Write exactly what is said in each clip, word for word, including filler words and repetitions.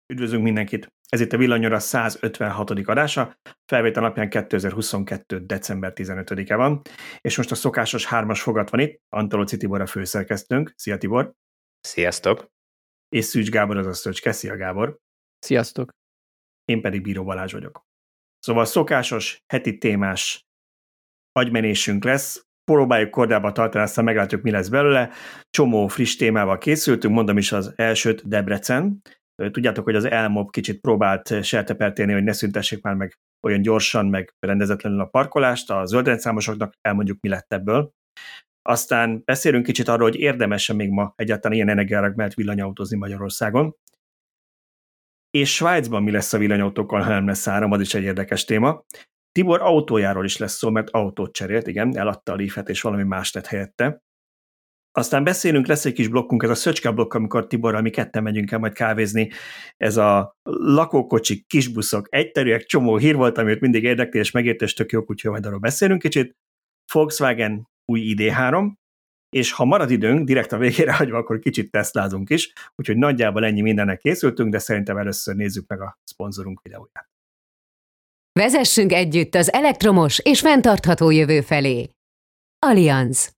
Üdvözlünk mindenkit! Ez itt a Villanyóra százötvenhatodik adása, felvétel napján kétezer-huszonkettő. december tizenötödike van, és most a szokásos hármas fogat van itt, Antalóci Tibor a főszerkesztőnk. Szia Tibor! Sziasztok! És Szűcs Gábor az a Szöcske. Szia Gábor! Sziasztok! Én pedig Bíró Balázs vagyok. Szóval szokásos, heti témás agymenésünk lesz, próbáljuk kordába tartani, aztán meglátjuk, mi lesz belőle. Csomó friss témával készültünk, mondom is az elsőt, Debrecen. Tudjátok, hogy az Elmob kicsit próbált sertepertélni, hogy ne szüntessék már meg olyan gyorsan, meg rendezetlenül a parkolást, a zöldrendszámosoknak elmondjuk, mi lett ebből. Aztán beszélünk kicsit arról, hogy érdemesen még ma egyáltalán ilyen energiára mert villanyautózni Magyarországon. És Svájcban mi lesz a villanyautókkal, ha nem lesz áram, az is egy érdekes téma. Tibor autójáról is lesz szó, mert autót cserélt, igen, eladta a Leafet és valami más tett helyette. Aztán beszélünk, lesz egy kis blokkunk, ez a Szöcske blokk, amikor Tiborral mi ketten megyünk el majd kávézni. Ez a lakókocsik, kisbuszok, egyterűek, csomó hír volt, amit mindig érdekli, és megért, és tök jók, úgyhogy majd arról beszélünk kicsit. Volkswagen új i dé három, és ha marad időnk, direkt a végére hagyva, akkor kicsit tesztlázunk is, úgyhogy nagyjából ennyi mindennek készültünk, de szerintem először nézzük meg a szponzorunk videóját. Vezessünk együtt az elektromos és fenntartható jövő felé. Allianz.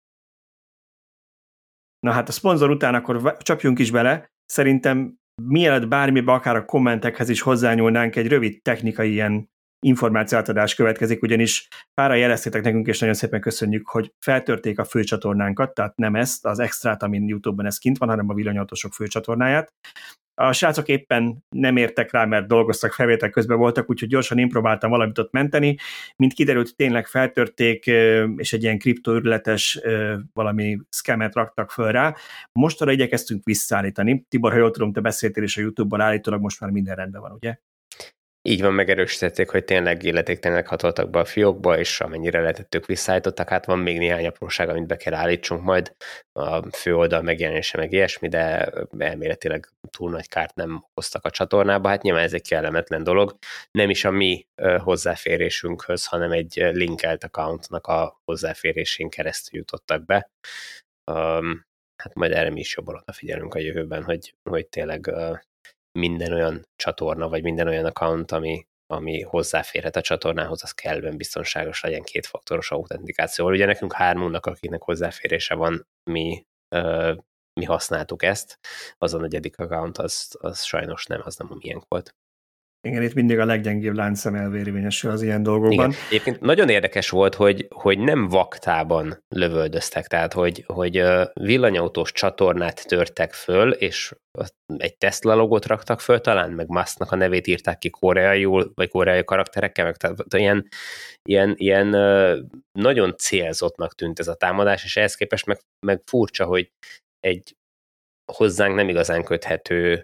Na hát a szponzor után akkor csapjunk is bele. Szerintem mielőtt bármibe, akár a kommentekhez is hozzányúlnánk, egy rövid technikai ilyen információátadás következik, ugyanis páran jeleztétek nekünk, és nagyon szépen köszönjük, hogy feltörték a főcsatornánkat, tehát nem ezt, az extrát, amin YouTube-ban ez kint van, hanem a villanyautósok főcsatornáját. A srácok éppen nem értek rá, mert dolgoztak, felvétel közben voltak, úgyhogy gyorsan én próbáltam valamit ott menteni. Mint kiderült, tényleg feltörték, és egy ilyen kriptoürületes valami scamet raktak föl rá. Most arra igyekeztünk visszaállítani. Tibor, ha jól tudom, te beszéltél is a YouTube-ban, állítólag most már minden rendben van, ugye? Így van, megerősítették, hogy tényleg illetéktelenek hatoltak be a fiókba, és amennyire lehetett, ők visszaállítottak. Hát van még néhány apróság, amit be kell állítsunk majd, a főoldal megjelenése, meg ilyesmi, de elméletileg túl nagy kárt nem okoztak a csatornába. Hát nyilván ez egy kellemetlen dolog. Nem is a mi hozzáférésünkhöz, hanem egy linkelt accountnak a hozzáférésén keresztül jutottak be. Um, hát majd erre mi is jobban odafigyelünk a jövőben, hogy, hogy tényleg uh, minden olyan csatorna, vagy minden olyan account, ami, ami hozzáférhet a csatornához, az kellően biztonságos legyen kétfaktoros autentikációval. Ugye nekünk hármunknak, akiknek hozzáférése van, mi, ö, mi használtuk ezt, az a negyedik account, az, az sajnos nem, az nem a miénk volt. Igen, itt mindig a leggyengébb láncszem elvérvényesül az ilyen dolgokban. Igen. Egyébként nagyon érdekes volt, hogy, hogy nem vaktában lövöldöztek, tehát hogy, hogy villanyautós csatornát törtek föl, és egy Tesla logót raktak föl, talán meg Musknak a nevét írták ki koreaiul, vagy koreai karakterekkel, meg tehát ilyen, ilyen, ilyen nagyon célzottnak tűnt ez a támadás, és ehhez képest meg, meg furcsa, hogy egy hozzánk nem igazán köthető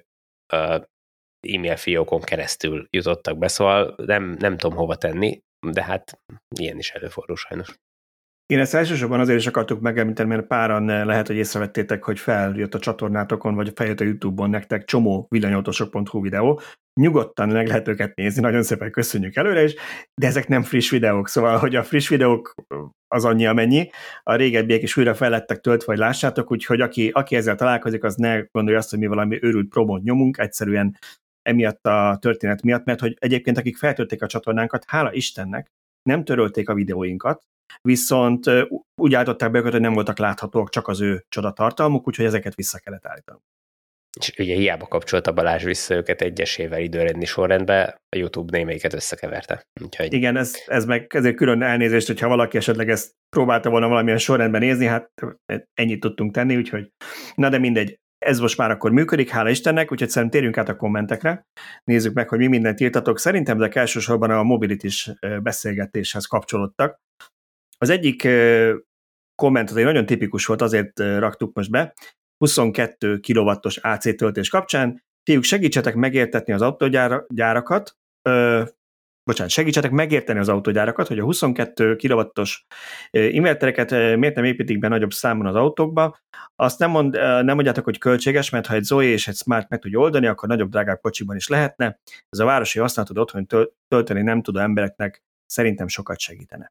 e-mail fiókon keresztül jutottak be, szóval nem, nem tudom hova tenni, de hát ilyen is előfordul sajnos. Én ezt elsősorban azért is akartuk megemlíteni, mert páran lehet, hogy észrevettétek, hogy feljött a csatornátokon, vagy feljött a YouTube-on nektek csomó villanyautósok pont hu videó. Nyugodtan meg lehet őket nézni, nagyon szépen köszönjük előre is, de ezek nem friss videók, szóval, hogy a friss videók az annyi amennyi, a régebbiek is újra fel lettek töltve, vagy lássátok, úgyhogy aki, aki ezzel találkozik, az ne gondolja azt, hogy mi valami őrült promót nyomunk, egyszerűen emiatt a történet miatt, mert hogy egyébként akik feltörték a csatornánkat, hála Istennek, nem törölték a videóinkat, viszont úgy állították be őket, hogy nem voltak láthatóak, csak az ő csodatartalmuk, úgyhogy ezeket vissza kellett állítani. És ugye hiába kapcsolta Balázs vissza őket egyesével időrendi sorrendbe, a YouTube némelyiket összekeverte. Úgyhogy... Igen, ez, ez meg ezért külön elnézést, hogyha valaki esetleg ezt próbálta volna valamilyen sorrendben nézni, hát ennyit tudtunk tenni, úgyhogy na de mindegy. Ez most már akkor működik, hála Istennek, úgyhogy szerintem térjünk át a kommentekre. Nézzük meg, hogy mi mindent írtatok. Szerintem ezek elsősorban a mobilitis beszélgetéshez kapcsolódtak. Az egyik komment az egy nagyon tipikus volt, azért raktuk most be. huszonkettő kilowattos á cé töltés kapcsán. Fiúk, segítsetek megértetni az autógyárakat, ö, bocsánat, segítsetek megérteni az autógyárakat, hogy a huszonkettő kilowattos invertereket miért nem építik be nagyobb számon az autókba. Azt nem, mond, nem mondjátok, hogy költséges, mert ha egy Zoe és egy Smart meg tudja oldani, akkor nagyobb drágább kocsiban is lehetne. Ez a városi használatod otthon tölteni nem tudó embereknek szerintem sokat segítene.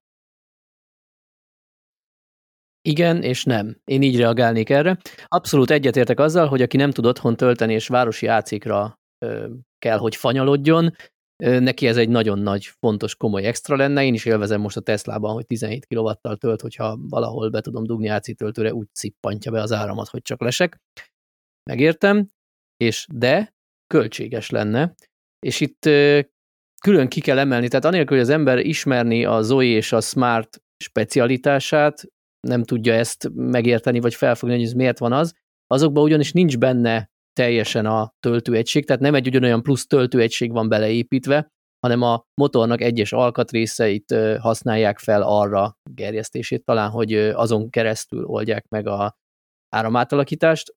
Igen és nem. Én így reagálnék erre. Abszolút egyetértek azzal, hogy aki nem tud otthon tölteni és városi á cékra kell, hogy fanyalodjon. Neki ez egy nagyon nagy, fontos, komoly extra lenne. Én is élvezem most a Teslában, hogy tizenhét kilowatttal tölt, hogyha valahol be tudom dugni á cé töltőre, úgy szippantja be az áramat, hogy csak lesek. Megértem, és de költséges lenne, és itt külön ki kell emelni, tehát anélkül, hogy az ember ismerni a Zoe és a Smart specialitását, nem tudja ezt megérteni, vagy felfogni, hogy ez miért van az, azokban ugyanis nincs benne teljesen a töltőegység, tehát nem egy ugyanolyan plusz töltőegység van beleépítve, hanem a motornak egyes alkatrészeit használják fel arra gerjesztését, talán, hogy azon keresztül oldják meg a áramátalakítást.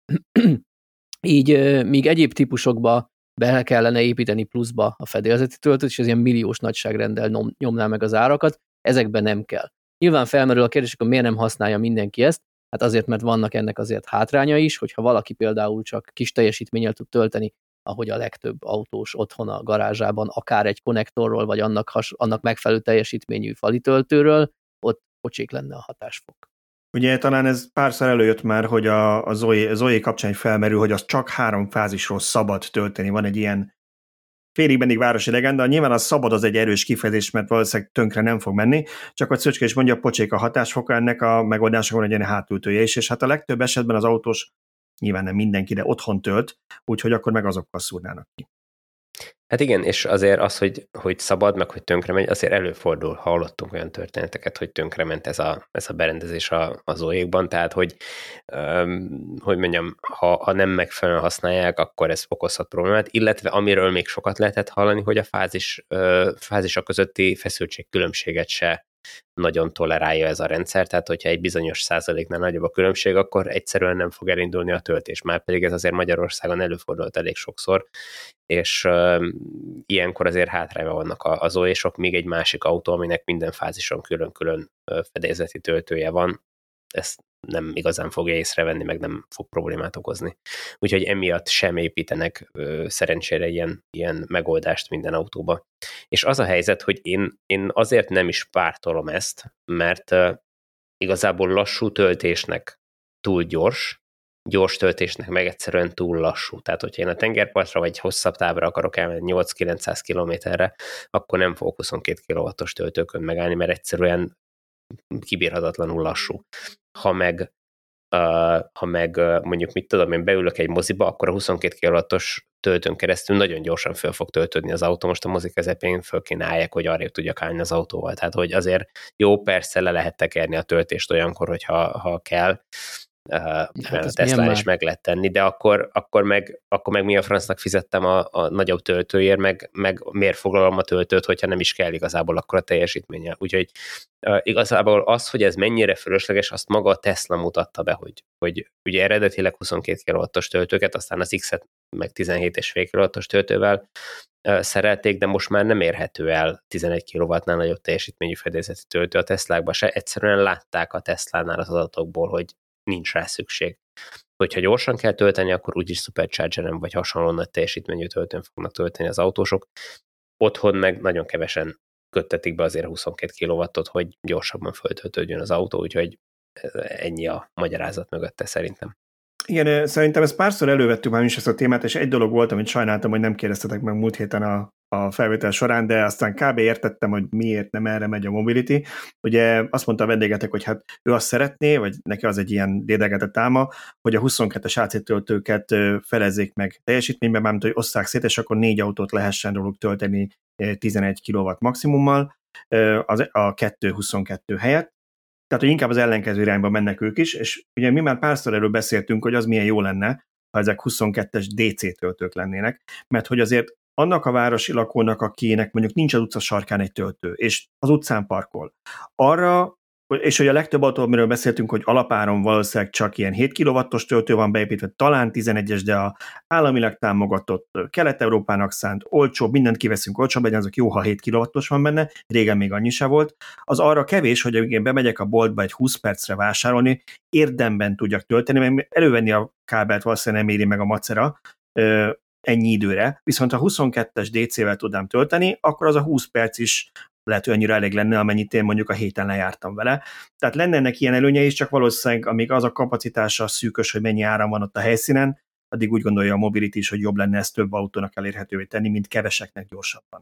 Így míg egyéb típusokba be kellene építeni pluszba a fedélzeti töltőt, és ez ilyen milliós nagyságrendel nyomná meg az árakat, ezekben nem kell. Nyilván felmerül a kérdés, hogy miért nem használja mindenki ezt, hát azért, mert vannak ennek azért hátránya is, hogyha valaki például csak kis teljesítménnyel tud tölteni, ahogy a legtöbb autós otthon a garázsában, akár egy konnektorról, vagy annak, has, annak megfelelő teljesítményű fali töltőről, ott pocsék lenne a hatásfok. Ugye talán ez párszor előjött már, hogy a, a Zoe, Zoe kapcsán felmerül, hogy az csak három fázisról szabad tölteni. Van egy ilyen félig mendig városi legenda, nyilván a szabad az egy erős kifejezés, mert valószínűleg tönkre nem fog menni, csak hogy Szöcske is mondja, pocsék a hatásfoka, ennek a megoldásnak van egy ilyen hátültője is, és hát a legtöbb esetben az autós, nyilván nem mindenki, de otthon tölt, úgyhogy akkor meg azokkal szúrnának ki. Hát igen, és azért az, hogy, hogy szabad, meg hogy tönkre megy, azért előfordul, hallottunk olyan történeteket, hogy tönkrement ez a, ez a berendezés a, az Zoe-ban, tehát hogy, um, hogy mondjam, ha, ha nem megfelelően használják, akkor ez okozhat problémát, illetve amiről még sokat lehetett hallani, hogy a fázis, uh, fázisok közötti feszültség különbséget se nagyon tolerálja ez a rendszer, tehát hogyha egy bizonyos százaléknál nagyobb a különbség, akkor egyszerűen nem fog elindulni a töltés, már pedig ez azért Magyarországon előfordult elég sokszor, és uh, ilyenkor azért hátrányban vannak az Zoe-sok, még egy másik autó, aminek minden fázison külön-külön uh, fedélzeti töltője van, ezt nem igazán fogja észrevenni, meg nem fog problémát okozni. Úgyhogy emiatt sem építenek uh, szerencsére ilyen, ilyen megoldást minden autóba. És az a helyzet, hogy én, én azért nem is pártolom ezt, mert uh, igazából lassú töltésnek túl gyors, gyors töltésnek meg egyszerűen túl lassú. Tehát, hogyha én a tengerpartra vagy hosszabb távra akarok elmenni nyolc-kilencszáz kilométerre, akkor nem fogok huszonkét kilowattos töltőkön megállni, mert egyszerűen kibírhatatlanul lassú. Ha meg, uh, ha meg uh, mondjuk mit tudom, én beülök egy moziba, akkor a huszonkét kilowattos töltőn keresztül nagyon gyorsan föl fog töltődni az autó. Most a mozi közepén föl kéne álljak, hogy arrébb tudjak állni az autóval. Tehát, hogy azért jó, persze le lehet tekerni a töltést olyankor, hogyha ha kell, Uh, hát a Teslán is meg lehet tenni, de akkor, akkor, meg, akkor meg mi a francnak fizettem a, a nagyobb töltőért, meg, meg miért foglalom a töltőt, hogyha nem is kell igazából akkor a teljesítménye. Úgyhogy uh, igazából az, hogy ez mennyire fölösleges, azt maga a Tesla mutatta be, hogy, hogy ugye eredetileg huszonkét kilowattos töltőket, aztán az X-et meg tizenhét egész öt kilowattos töltővel uh, szerelték, de most már nem érhető el tizenegy kilowattnál nagyobb teljesítményű fedélzeti töltő a Teslákba se. Egyszerűen látták a Teslánál az adatokból, hogy nincs rá szükség. Hogyha gyorsan kell tölteni, akkor úgyis Superchargeren vagy hasonló nagy teljesítményű töltőn fognak tölteni az autósok. Otthon meg nagyon kevesen köttetik be azért a huszonkét kilowattot, hogy gyorsabban föltöltődjön az autó, úgyhogy ennyi a magyarázat mögötte szerintem. Igen, szerintem ezt párszor elővettük már is ezt a témát, és egy dolog volt, amit sajnáltam, hogy nem kérdeztetek meg múlt héten a, a felvétel során, de aztán kb. Értettem, hogy miért nem erre megy a Mobility. Ugye azt mondta a vendégetek, hogy hát ő azt szeretné, vagy neki az egy ilyen dédelgetett álma, hogy a huszonkettes á cé töltőket felezzék meg teljesítményben, mármint, hogy osszák szét, és akkor négy autót lehessen róluk tölteni tizenegy kilowatt maximummal a kettő huszonkettő helyett. Tehát, hogy inkább az ellenkező irányba mennek ők is, és ugye mi már párszor erről beszéltünk, hogy az milyen jó lenne, ha ezek huszonkettes dé cé töltők lennének, mert hogy azért annak a városi lakónak, akinek mondjuk nincs az utca sarkán egy töltő, és az utcán parkol, arra, és hogy a legtöbb autó, amiről beszéltünk, hogy alapáron valószínűleg csak ilyen hét kilowattos töltő van beépítve, talán tizenegyes, de a államilag támogatott Kelet-Európának szánt olcsó, mindent kiveszünk olcsóbb, legyen azok jó, ha hét kilowattos van benne, régen még annyi se volt, az arra kevés, hogy én bemegyek a boltba egy húsz percre vásárolni, érdemben tudjak tölteni, mert elővenni a kábelt valószínűleg nem éri meg a macera, ennyi időre, viszont ha huszonkettes dé cével tudnám tölteni, akkor az a húsz perc is lehet, hogy annyira elég lenne, amennyit én mondjuk a héten lejártam vele. Tehát lenne ennek ilyen előnye is, csak valószínűleg, amíg az a kapacitása szűkös, hogy mennyi áram van ott a helyszínen, addig úgy gondolja a Mobility is, hogy jobb lenne ezt több autónak elérhetővé tenni, mint keveseknek gyorsabban.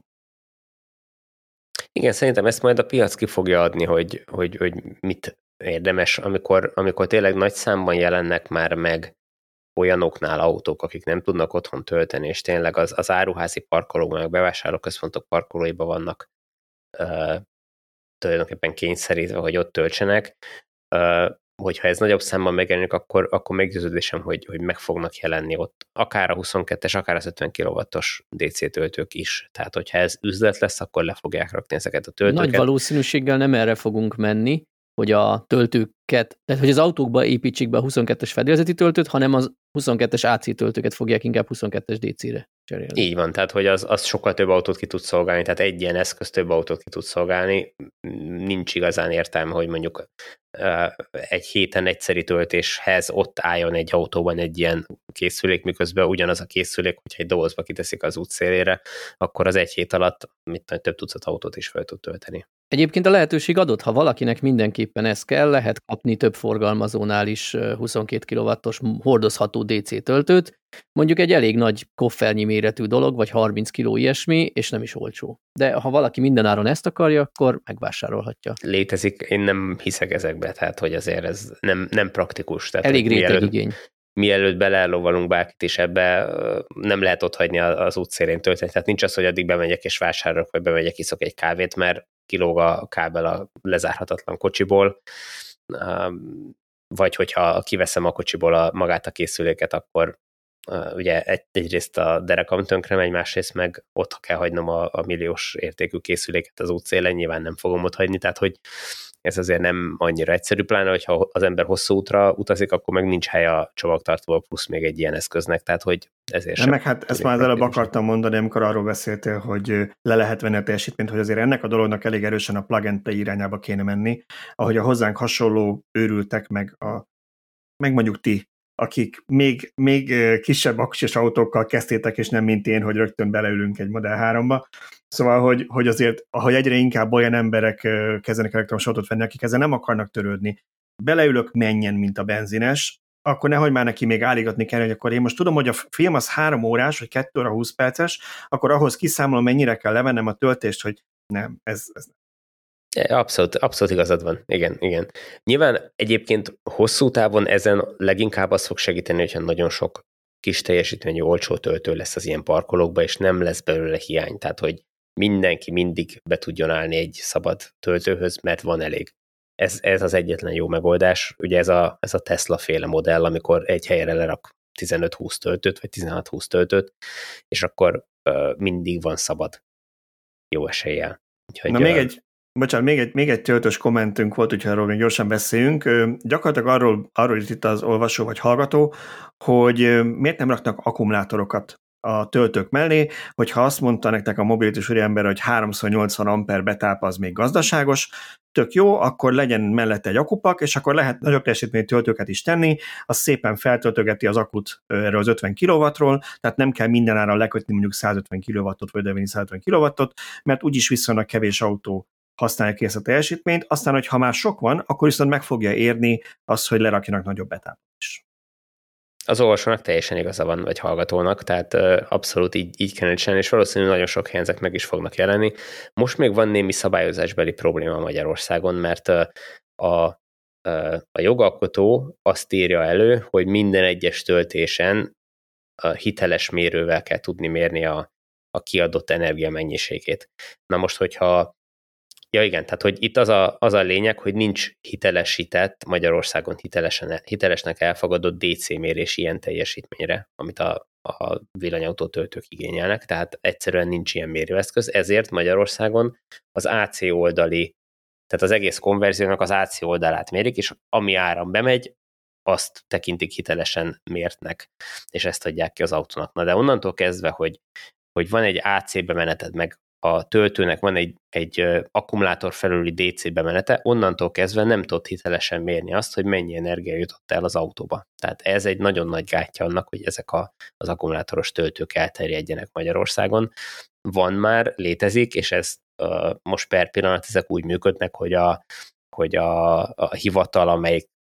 Igen, szerintem ezt majd a piac ki fogja adni, hogy, hogy, hogy mit érdemes, amikor, amikor tényleg nagy számban jelennek már meg olyanoknál autók, akik nem tudnak otthon tölteni, és tényleg az, az áruházi parkolókban, meg bevásárlóközpontok parkolóiban vannak uh, tulajdonképpen kényszerítve, hogy ott töltsenek. Uh, hogyha ez nagyobb számban megjelenik, akkor, akkor meggyőződésem, hogy, hogy meg fognak jelenni ott akár a huszonkettes, akár az ötven kilowattos dé cé töltők is. Tehát, hogyha ez üzlet lesz, akkor le fogják rakni ezeket a töltőket. Nagy valószínűséggel nem erre fogunk menni, hogy a töltőket, tehát hogy az autókba építsék be a huszonkettes fedélzeti töltőt, hanem az huszonkettes á cé töltőket fogják inkább huszonkettes dé cére cserélni. Így van, tehát hogy az, az sokkal több autót ki tud szolgálni, tehát egy ilyen eszköz több autót ki tud szolgálni. Nincs igazán értelme, hogy mondjuk egy héten egyszeri töltéshez ott álljon egy autóban egy ilyen készülék, miközben ugyanaz a készülék, hogyha egy dobozba kiteszik az útszélére, akkor az egy hét alatt mit tudom, több tucat autót is fel tud tölteni. Egyébként a lehetőség adott, ha valakinek mindenképpen ez kell, lehet kapni több forgalmazónál is huszonkét kilowattos hordozható dé cé töltőt, mondjuk egy elég nagy koffernyi méretű dolog, vagy harminc kiló ilyesmi, és nem is olcsó. De ha valaki mindenáron ezt akarja, akkor megvásárolhatja. Létezik, én nem hiszek ezekbe, tehát hogy azért ez nem, nem praktikus. Tehát, elég rétegigény. Mielőtt belelovalunk bárkit is ebbe, nem lehet ott hagyni az útszélén tölteni. Tehát nincs az, hogy addig bemegyek és vásárolok, vagy bemegyek, iszok egy kávét, mert kilóg a kábel a lezárhatatlan kocsiból, vagy hogyha kiveszem a kocsiból a, magát a készüléket, akkor ugye egy, egyrészt a derekam tönkre megy, másrészt meg ott kell hagynom a, a milliós értékű készüléket az útszélen, nyilván nem fogom ott hagyni, tehát hogy ez azért nem annyira egyszerű, pláne, hogyha az ember hosszú útra utazik, akkor meg nincs hely a csomagtartóval, plusz még egy ilyen eszköznek, tehát hogy ezért sem. Meg hát ezt már az előbb akartam mondani, amikor arról beszéltél, hogy le lehet venni a teljesítményt, hogy azért ennek a dolognak elég erősen a plug and play irányába kéne menni, ahogy a hozzánk hasonló őrültek, meg, a, meg mondjuk ti, akik még, még kisebb aksis autókkal kezdtétek, és nem mint én, hogy rögtön beleülünk egy Model háromba. Szóval, hogy, hogy azért, ahogy egyre inkább olyan emberek kezdenek elektromos autót venni, akik ezzel nem akarnak törődni, beleülök, menjen, mint a benzines, akkor nehogy már neki még álligatni kell, hogy akkor én most tudom, hogy a film az három órás, vagy kettő óra húsz perces, akkor ahhoz kiszámolom, mennyire kell levennem a töltést, hogy nem, ez, ez Abszolút, abszolút igazad van, igen, igen. Nyilván egyébként hosszú távon ezen leginkább az fog segíteni, hogyha nagyon sok kis teljesítményű olcsó töltő lesz az ilyen parkolókba, és nem lesz belőle hiány, tehát hogy mindenki mindig be tudjon állni egy szabad töltőhöz, mert van elég. Ez, ez az egyetlen jó megoldás. Ugye ez a, ez a Tesla féle modell, amikor egy helyre lerak tizenöt-húsz töltőt, vagy tizenhat-húsz töltőt, és akkor uh, mindig van szabad. Jó eséllyel. Úgyhogy, Na uh, még egy Bocsánat, még egy, még egy töltős kommentünk volt, úgyhogy arról még gyorsan beszéljünk. Gyakorlatilag arról, arról itt az olvasó vagy hallgató, hogy miért nem raknak akkumulátorokat a töltők mellé, hogyha azt mondta nektek a mobilitis úriember, hogy háromszor nyolcvan amper betáp az még gazdaságos, tök jó, akkor legyen mellette egy akupak, és akkor lehet nagyobb teljesítményű töltőket is tenni, az szépen feltöltögeti az akut erről az ötven kilowattról, tehát nem kell mindenáron lekötni mondjuk százötven kilowattot, vagy idevenni százötven kilowattot, mert úgyis viszonylag kevés autó használja ki ezt a teljesítményt, aztán, hogy ha már sok van, akkor viszont meg fogja érni az, hogy lerakjanak nagyobb betápot is. Az olvasónak teljesen igaza van, vagy hallgatónak, tehát uh, abszolút így, így kellene csinálni, és valószínűleg nagyon sok helyen ezek meg is fognak jelenni. Most még van némi szabályozásbeli probléma Magyarországon, mert uh, a, uh, a jogalkotó azt írja elő, hogy minden egyes töltésen a hiteles mérővel kell tudni mérni a, a kiadott energia mennyiségét. Na most, hogyha Ja igen, tehát hogy itt az a, az a lényeg, hogy nincs hitelesített, Magyarországon hitelesen, hitelesnek elfogadott dé cé mérés ilyen teljesítményre, amit a, a villanyautó töltők igényelnek, tehát egyszerűen nincs ilyen mérőeszköz, ezért Magyarországon az á cé oldali, tehát az egész konverziónak az á cé oldalát mérik, és ami áram bemegy, azt tekintik hitelesen mértnek, és ezt adják ki az autónak. Na de onnantól kezdve, hogy, hogy van egy á cé bemeneted, meg a töltőnek van egy, egy akkumulátor felüli dé cé bemenete, onnantól kezdve nem tud hitelesen mérni azt, hogy mennyi energia jutott el az autóba. Tehát ez egy nagyon nagy gátja annak, hogy ezek a, az akkumulátoros töltők elterjedjenek Magyarországon. Van már, létezik, és ez uh, most per pillanat ezek úgy működnek, hogy a, hogy a, a hivatal, amelyik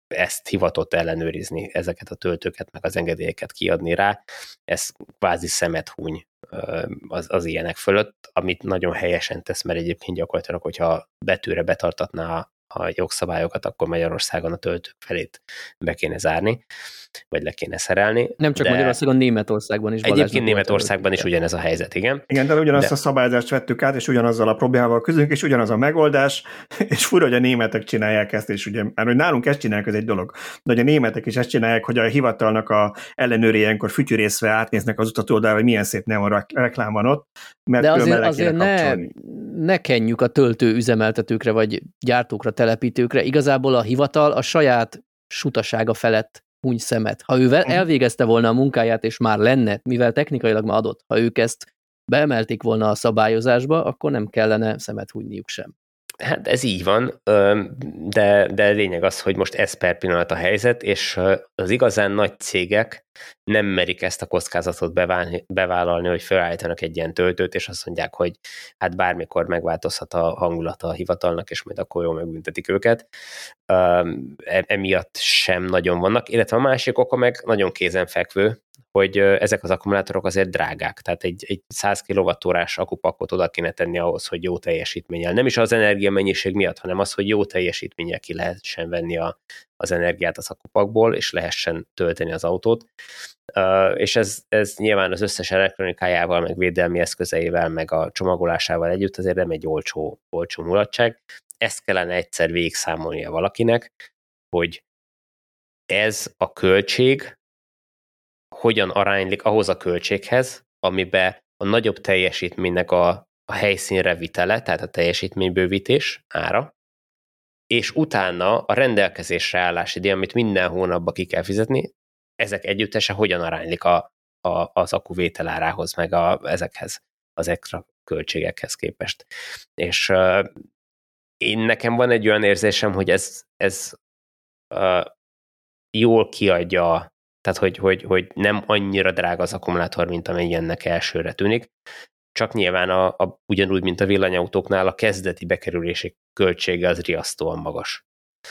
ezt hivatott ellenőrizni, ezeket a töltőket, meg az engedélyeket kiadni rá. Ez kvázi szemet húny az, az ilyenek fölött, amit nagyon helyesen tesz, mert egyébként gyakorlatilag, hogyha betűre betartatná a jogszabályokat, akkor Magyarországon a töltők felét be kéne zárni, vagy le kéne szerelni. Nem csak Magyarországon, Németországban is. Egyébként Németországban is ugyanez a helyzet, igen. Igen, de ugyanazt de... a szabályozást vettük át, és ugyanazzal a problémával közünk, és ugyanaz a megoldás, és fura, hogy a németek csinálják ezt, és ugye, mert hogy nálunk ezt csinálják, ez egy dolog, de hogy a németek is ezt csinálják, hogy a hivatalnak a ellenőri ilyenkor fütyűrészve átnéznek az utatoldalára, hogy milyen szép neon reklám van ott, mert de azért, azért ne, ne kenjük a töltő üzemeltetőkre, vagy gyártókra, telepítőkre. Igazából a hivatal a saját sutasága felett huny szemet. Ha ő elvégezte volna a munkáját, és már lenne, mivel technikailag már adott, ha ők ezt beemelték volna a szabályozásba, akkor nem kellene szemet hunyniuk sem. Hát ez így van, de, de lényeg az, hogy most ez per pillanat a helyzet, és az igazán nagy cégek nem merik ezt a kockázatot beválni, bevállalni, hogy felállítanak egy ilyen töltőt, és azt mondják, hogy hát bármikor megváltozhat a hangulata a hivatalnak, és majd akkor jól megbüntetik őket. Emiatt sem nagyon vannak, illetve a másik oka meg nagyon kézenfekvő, hogy ezek az akkumulátorok azért drágák, tehát egy, egy száz kilowattórás akupakot oda kéne tenni ahhoz, hogy jó teljesítménnyel. Nem is az energiamennyiség miatt, hanem az, hogy jó teljesítménnyel ki lehessen venni a, az energiát az akupakból, és lehessen tölteni az autót. Uh, és ez, ez nyilván az összes elektronikájával, meg védelmi eszközeivel, meg a csomagolásával együtt azért nem egy olcsó, olcsó mulatság. Ezt kellene egyszer végigszámolnia valakinek, hogy ez a költség hogyan aránylik ahhoz a költséghez, amiben a nagyobb teljesítménynek a, a helyszínre vitele, tehát a teljesítménybővítés ára, és utána a rendelkezésre állási díj, amit minden hónapban ki kell fizetni, ezek együttese hogyan aránylik a, a, az akku vételárához, meg a, ezekhez, az extra költségekhez képest. És uh, én nekem van egy olyan érzésem, hogy ez, ez uh, jól kiadja, tehát hogy, hogy, hogy nem annyira drága az akkumulátor, mint amennyi ennek elsőre tűnik, csak nyilván a, a, ugyanúgy, mint a villanyautóknál a kezdeti bekerülési költsége az riasztóan magas.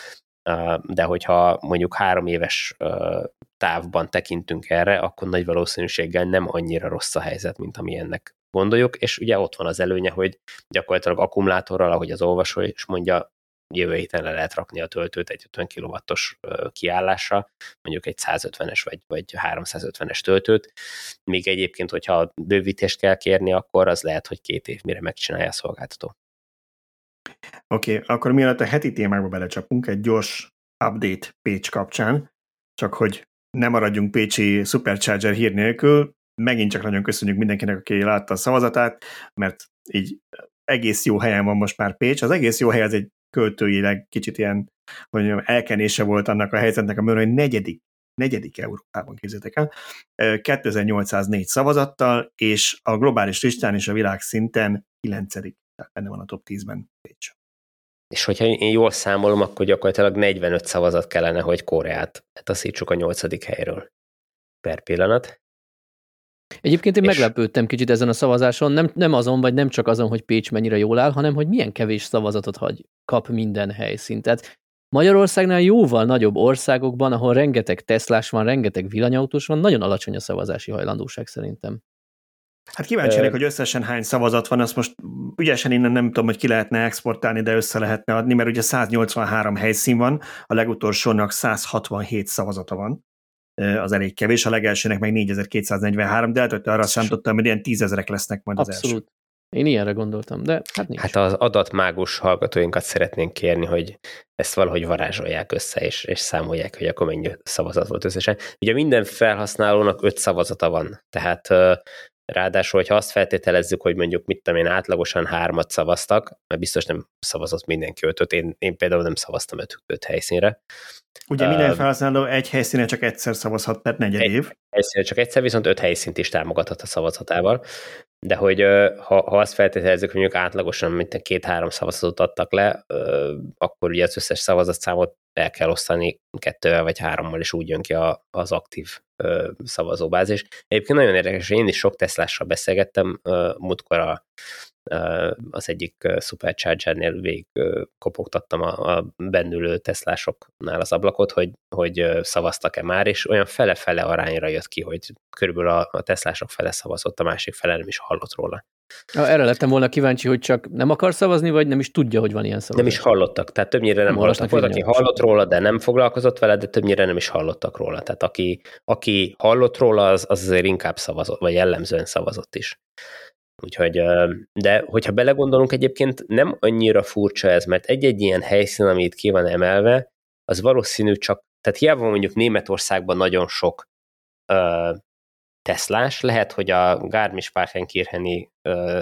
De hogyha mondjuk három éves távban tekintünk erre, akkor nagy valószínűséggel nem annyira rossz a helyzet, mint ami ennek gondoljuk, és ugye ott van az előnye, hogy gyakorlatilag akkumulátorral, ahogy az olvasó is mondja, jövő héten le lehet rakni a töltőt egy ötven kilowattos kiállásra, mondjuk egy százötvenes vagy, vagy háromszázötvenes töltőt, míg egyébként, hogyha bővítést kell kérni, akkor az lehet, hogy két év mire megcsinálja a szolgáltató. Oké, okay, akkor mielőtt a heti témákba belecsapunk, egy gyors update Pécs kapcsán, csak hogy ne maradjunk pécsi Supercharger hír nélkül, megint csak nagyon köszönjük mindenkinek, aki látta a szavazatát, mert így egész jó helyen van most már Pécs. Az egész jó hely az egy költőileg kicsit ilyen, hogy mondjam, elkenése volt annak a helyzetnek, amiről hogy negyedik, negyedik Európában, képzeljétek el, kétezer-nyolcszáznégy szavazattal, és a globális listán és a világ szinten kilencedik, tehát benne van a top tízben Pécs. És hogyha én jól számolom, akkor gyakorlatilag negyvenöt szavazat kellene, hogy Koreát taszítsuk a nyolcadik helyről per pillanat. Egyébként én és... meglepődtem kicsit ezen a szavazáson, nem, nem azon, vagy nem csak azon, hogy Pécs mennyire jól áll, hanem hogy milyen kevés szavazatot hagy, kap minden helyszín. Tehát Magyarországnál jóval nagyobb országokban, ahol rengeteg Teslás van, rengeteg villanyautós van, nagyon alacsony a szavazási hajlandóság szerintem. Hát kíváncsi vagyok, hogy összesen hány szavazat van, azt most ügyesen innen nem tudom, hogy ki lehetne exportálni, de össze lehetne adni, mert ugye száznyolcvanhárom helyszín van, a legutolsónak száz hatvanhét szavazata van, az elég kevés, a legelsőnek meg négyezer-kétszáznegyvenhárom, de hát arra számítottam, hogy ilyen tízezerek lesznek majd az Abszolút. első. Én ilyenre gondoltam, de hát nincs. Hát az adatmágus hallgatóinkat szeretnénk kérni, hogy ezt valahogy varázsolják össze, és, és számolják, hogy akkor mennyi szavazat volt összesen. Ugye minden felhasználónak öt szavazata van, tehát ráadásul, hogyha azt feltételezzük, hogy mondjuk mit tudom én, átlagosan hármat szavaztak, mert biztos nem szavazott mindenki ötöt, én, én például nem szavaztam öt, öt helyszínre. Ugye minden felhasználó egy helyszínen csak egyszer szavazhat per negyed év. Egy helyszínen csak egyszer, viszont öt helyszínt is támogathat a szavazatával. De hogy ha, ha azt feltételezzük, hogy mondjuk átlagosan mint két-három szavazatot adtak le, akkor ugye az összes szavazatszámot el kell osztani kettővel vagy hárommal, és úgy jön ki a, az aktív szavazóbázis. Egyébként nagyon érdekes, én is sok Teslással beszélgettem múltkor a az egyik Superchargernél végig kopogtattam a, a bennülő Teslásoknál az ablakot, hogy, hogy szavaztak-e már, és olyan fele-fele arányra jött ki, hogy körülbelül a, a Teslások fele szavazott, a másik fele nem is hallott róla. Erre lettem volna kíváncsi, hogy csak nem akar szavazni, vagy nem is tudja, hogy van ilyen szavazás. Nem is hallottak, tehát többnyire nem, nem hallottak. Volt, aki hallott róla, de nem foglalkozott vele, de többnyire nem is hallottak róla. Tehát aki, aki hallott róla, az, az azért inkább szavazott, vagy jellemzően szavazott is. Úgyhogy, de hogyha belegondolunk, egyébként nem annyira furcsa ez, mert egy-egy ilyen helyszín, ami itt ki van emelve, az valószínű csak, tehát hiába mondjuk Németországban nagyon sok uh, Teslás, lehet, hogy a Garmisch-Partenkircheni uh,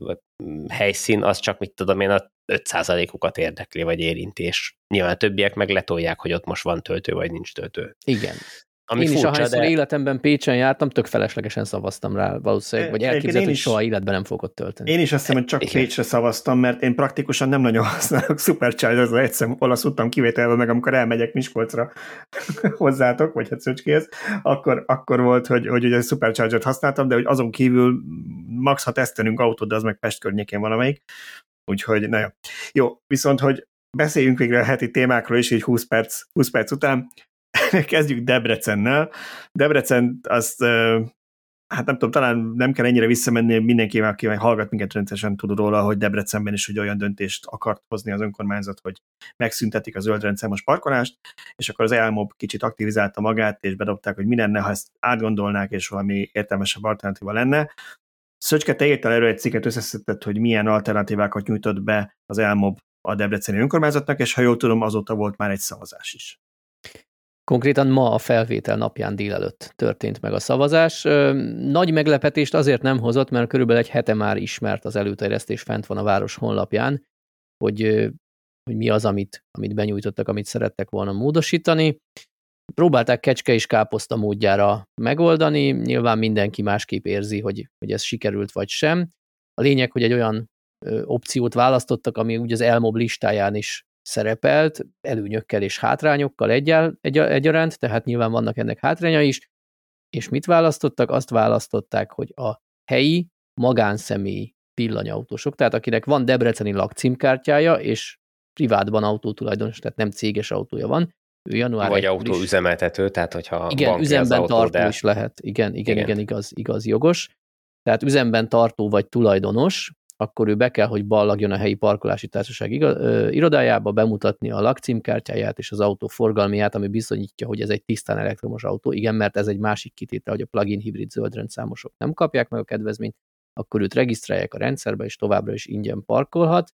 helyszín, az csak, mit tudom én, a öt százalékukat érdekli, vagy érinti, és nyilván a többiek meg letolják, hogy ott most van töltő, vagy nincs töltő. Igen. Ami én furcsa, is, ahányszor de... életemben Pécsen jártam, tök feleslegesen szavaztam rá valószínűleg, vagy elképzelhető, hogy soha életben nem fogok ott tölteni. Én is azt hiszem, hogy csak Igen. Pécsre szavaztam, mert én praktikusan nem nagyon használok Supercharger-t, egyszer olasz tudtam kivételve meg, amikor elmegyek Miskolcra hozzátok, vagy hát Szöcskéhez, akkor, akkor volt, hogy, hogy ugye Supercharger-t használtam, de hogy azon kívül max, ha tesztelünk autót, de az meg Pest környékén valamelyik. Úgyhogy, na jó. Jó, viszont, hogy beszéljünk végre a heti témákról is, így húsz perc, húsz perc után. Kezdjük Debrecennel. Debrecen azt, hát nem tudom, talán nem kell ennyire visszamenni, mindenki, aki hallgat minket rendszeresen tud róla, hogy Debrecenben is hogy olyan döntést akart hozni az önkormányzat, hogy megszüntetik a zöld rendszámos parkolást, és akkor az elmob kicsit aktivizálta magát, és bedobták, hogy mi lenne, ha ezt átgondolnák, és valami értelmesebb alternatíva lenne. Szöcske, te írtál erről egy cikket, összeszedted, hogy milyen alternatívákat nyújtott be az elmob a debreceni önkormányzatnak, és ha jól tudom, azóta volt már egy szavazás is. Konkrétan ma a felvétel napján délelőtt történt meg a szavazás. Nagy meglepetést azért nem hozott, mert körülbelül egy hete már ismert az előterjesztés, fent van a város honlapján, hogy, hogy mi az, amit, amit benyújtottak, amit szerettek volna módosítani. Próbálták kecske és káposzta módjára megoldani, nyilván mindenki másképp érzi, hogy, hogy ez sikerült vagy sem. A lényeg, hogy egy olyan opciót választottak, ami úgy az elmob listáján is szerepelt, előnyökkel és hátrányokkal egyel, egy, egyaránt, tehát nyilván vannak ennek hátránya is, és mit választottak? Azt választották, hogy a helyi magánszemély villanyautósok, tehát akinek van debreceni lakcímkártyája, és privátban autótulajdonos, tehát nem céges autója van, ő január vagy autóüzemeltető, tehát hogyha igen, üzemben autó, tartó de... is lehet, igen, igen, igen, igen igaz, igaz, jogos, tehát üzemben tartó vagy tulajdonos, akkor ő be kell, hogy ballagjon a helyi parkolási társaság irodájába, bemutatni a lakcímkártyáját és az autó forgalmiát, ami bizonyítja, hogy ez egy tisztán elektromos autó. Igen, mert ez egy másik kitétel, hogy a plug-in hibrid zöldrendszámosok nem kapják meg a kedvezményt, akkor őt regisztrálják a rendszerbe, és továbbra is ingyen parkolhat.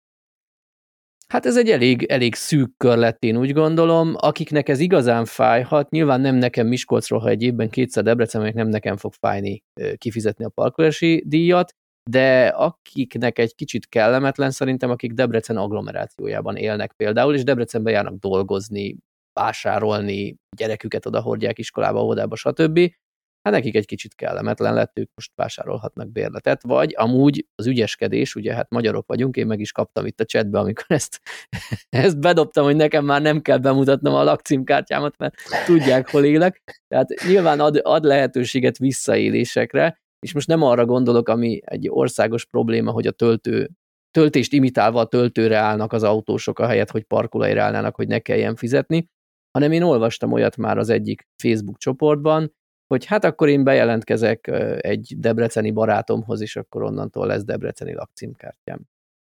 Hát ez egy elég, elég szűk kör lett, én úgy gondolom. Akiknek ez igazán fájhat, nyilván nem nekem Miskolcról, ha egy évben kétszer Debrecennek nem nekem fog fájni kifizetni a parkolási díjat, de akiknek egy kicsit kellemetlen szerintem, akik Debrecen agglomerációjában élnek például, és Debrecenbe járnak dolgozni, vásárolni, gyereküket odahordják iskolába, óvodába, stb. Hát nekik egy kicsit kellemetlen lett, ők most vásárolhatnak bérletet, vagy amúgy az ügyeskedés, ugye hát magyarok vagyunk, én meg is kaptam itt a chatbe, amikor ezt, ezt bedobtam, hogy nekem már nem kell bemutatnom a lakcímkártyámat, mert tudják, hol élek. Tehát nyilván ad, ad lehetőséget visszaélésekre, és most nem arra gondolok, ami egy országos probléma, hogy a töltő, töltést imitálva a töltőre állnak az autósok, ahelyett, hogy parkolóhelyre állnának, hogy ne kelljen fizetni, hanem én olvastam olyat már az egyik Facebook csoportban, hogy hát akkor én bejelentkezek egy debreceni barátomhoz, és akkor onnantól lesz debreceni lakcímkártyám.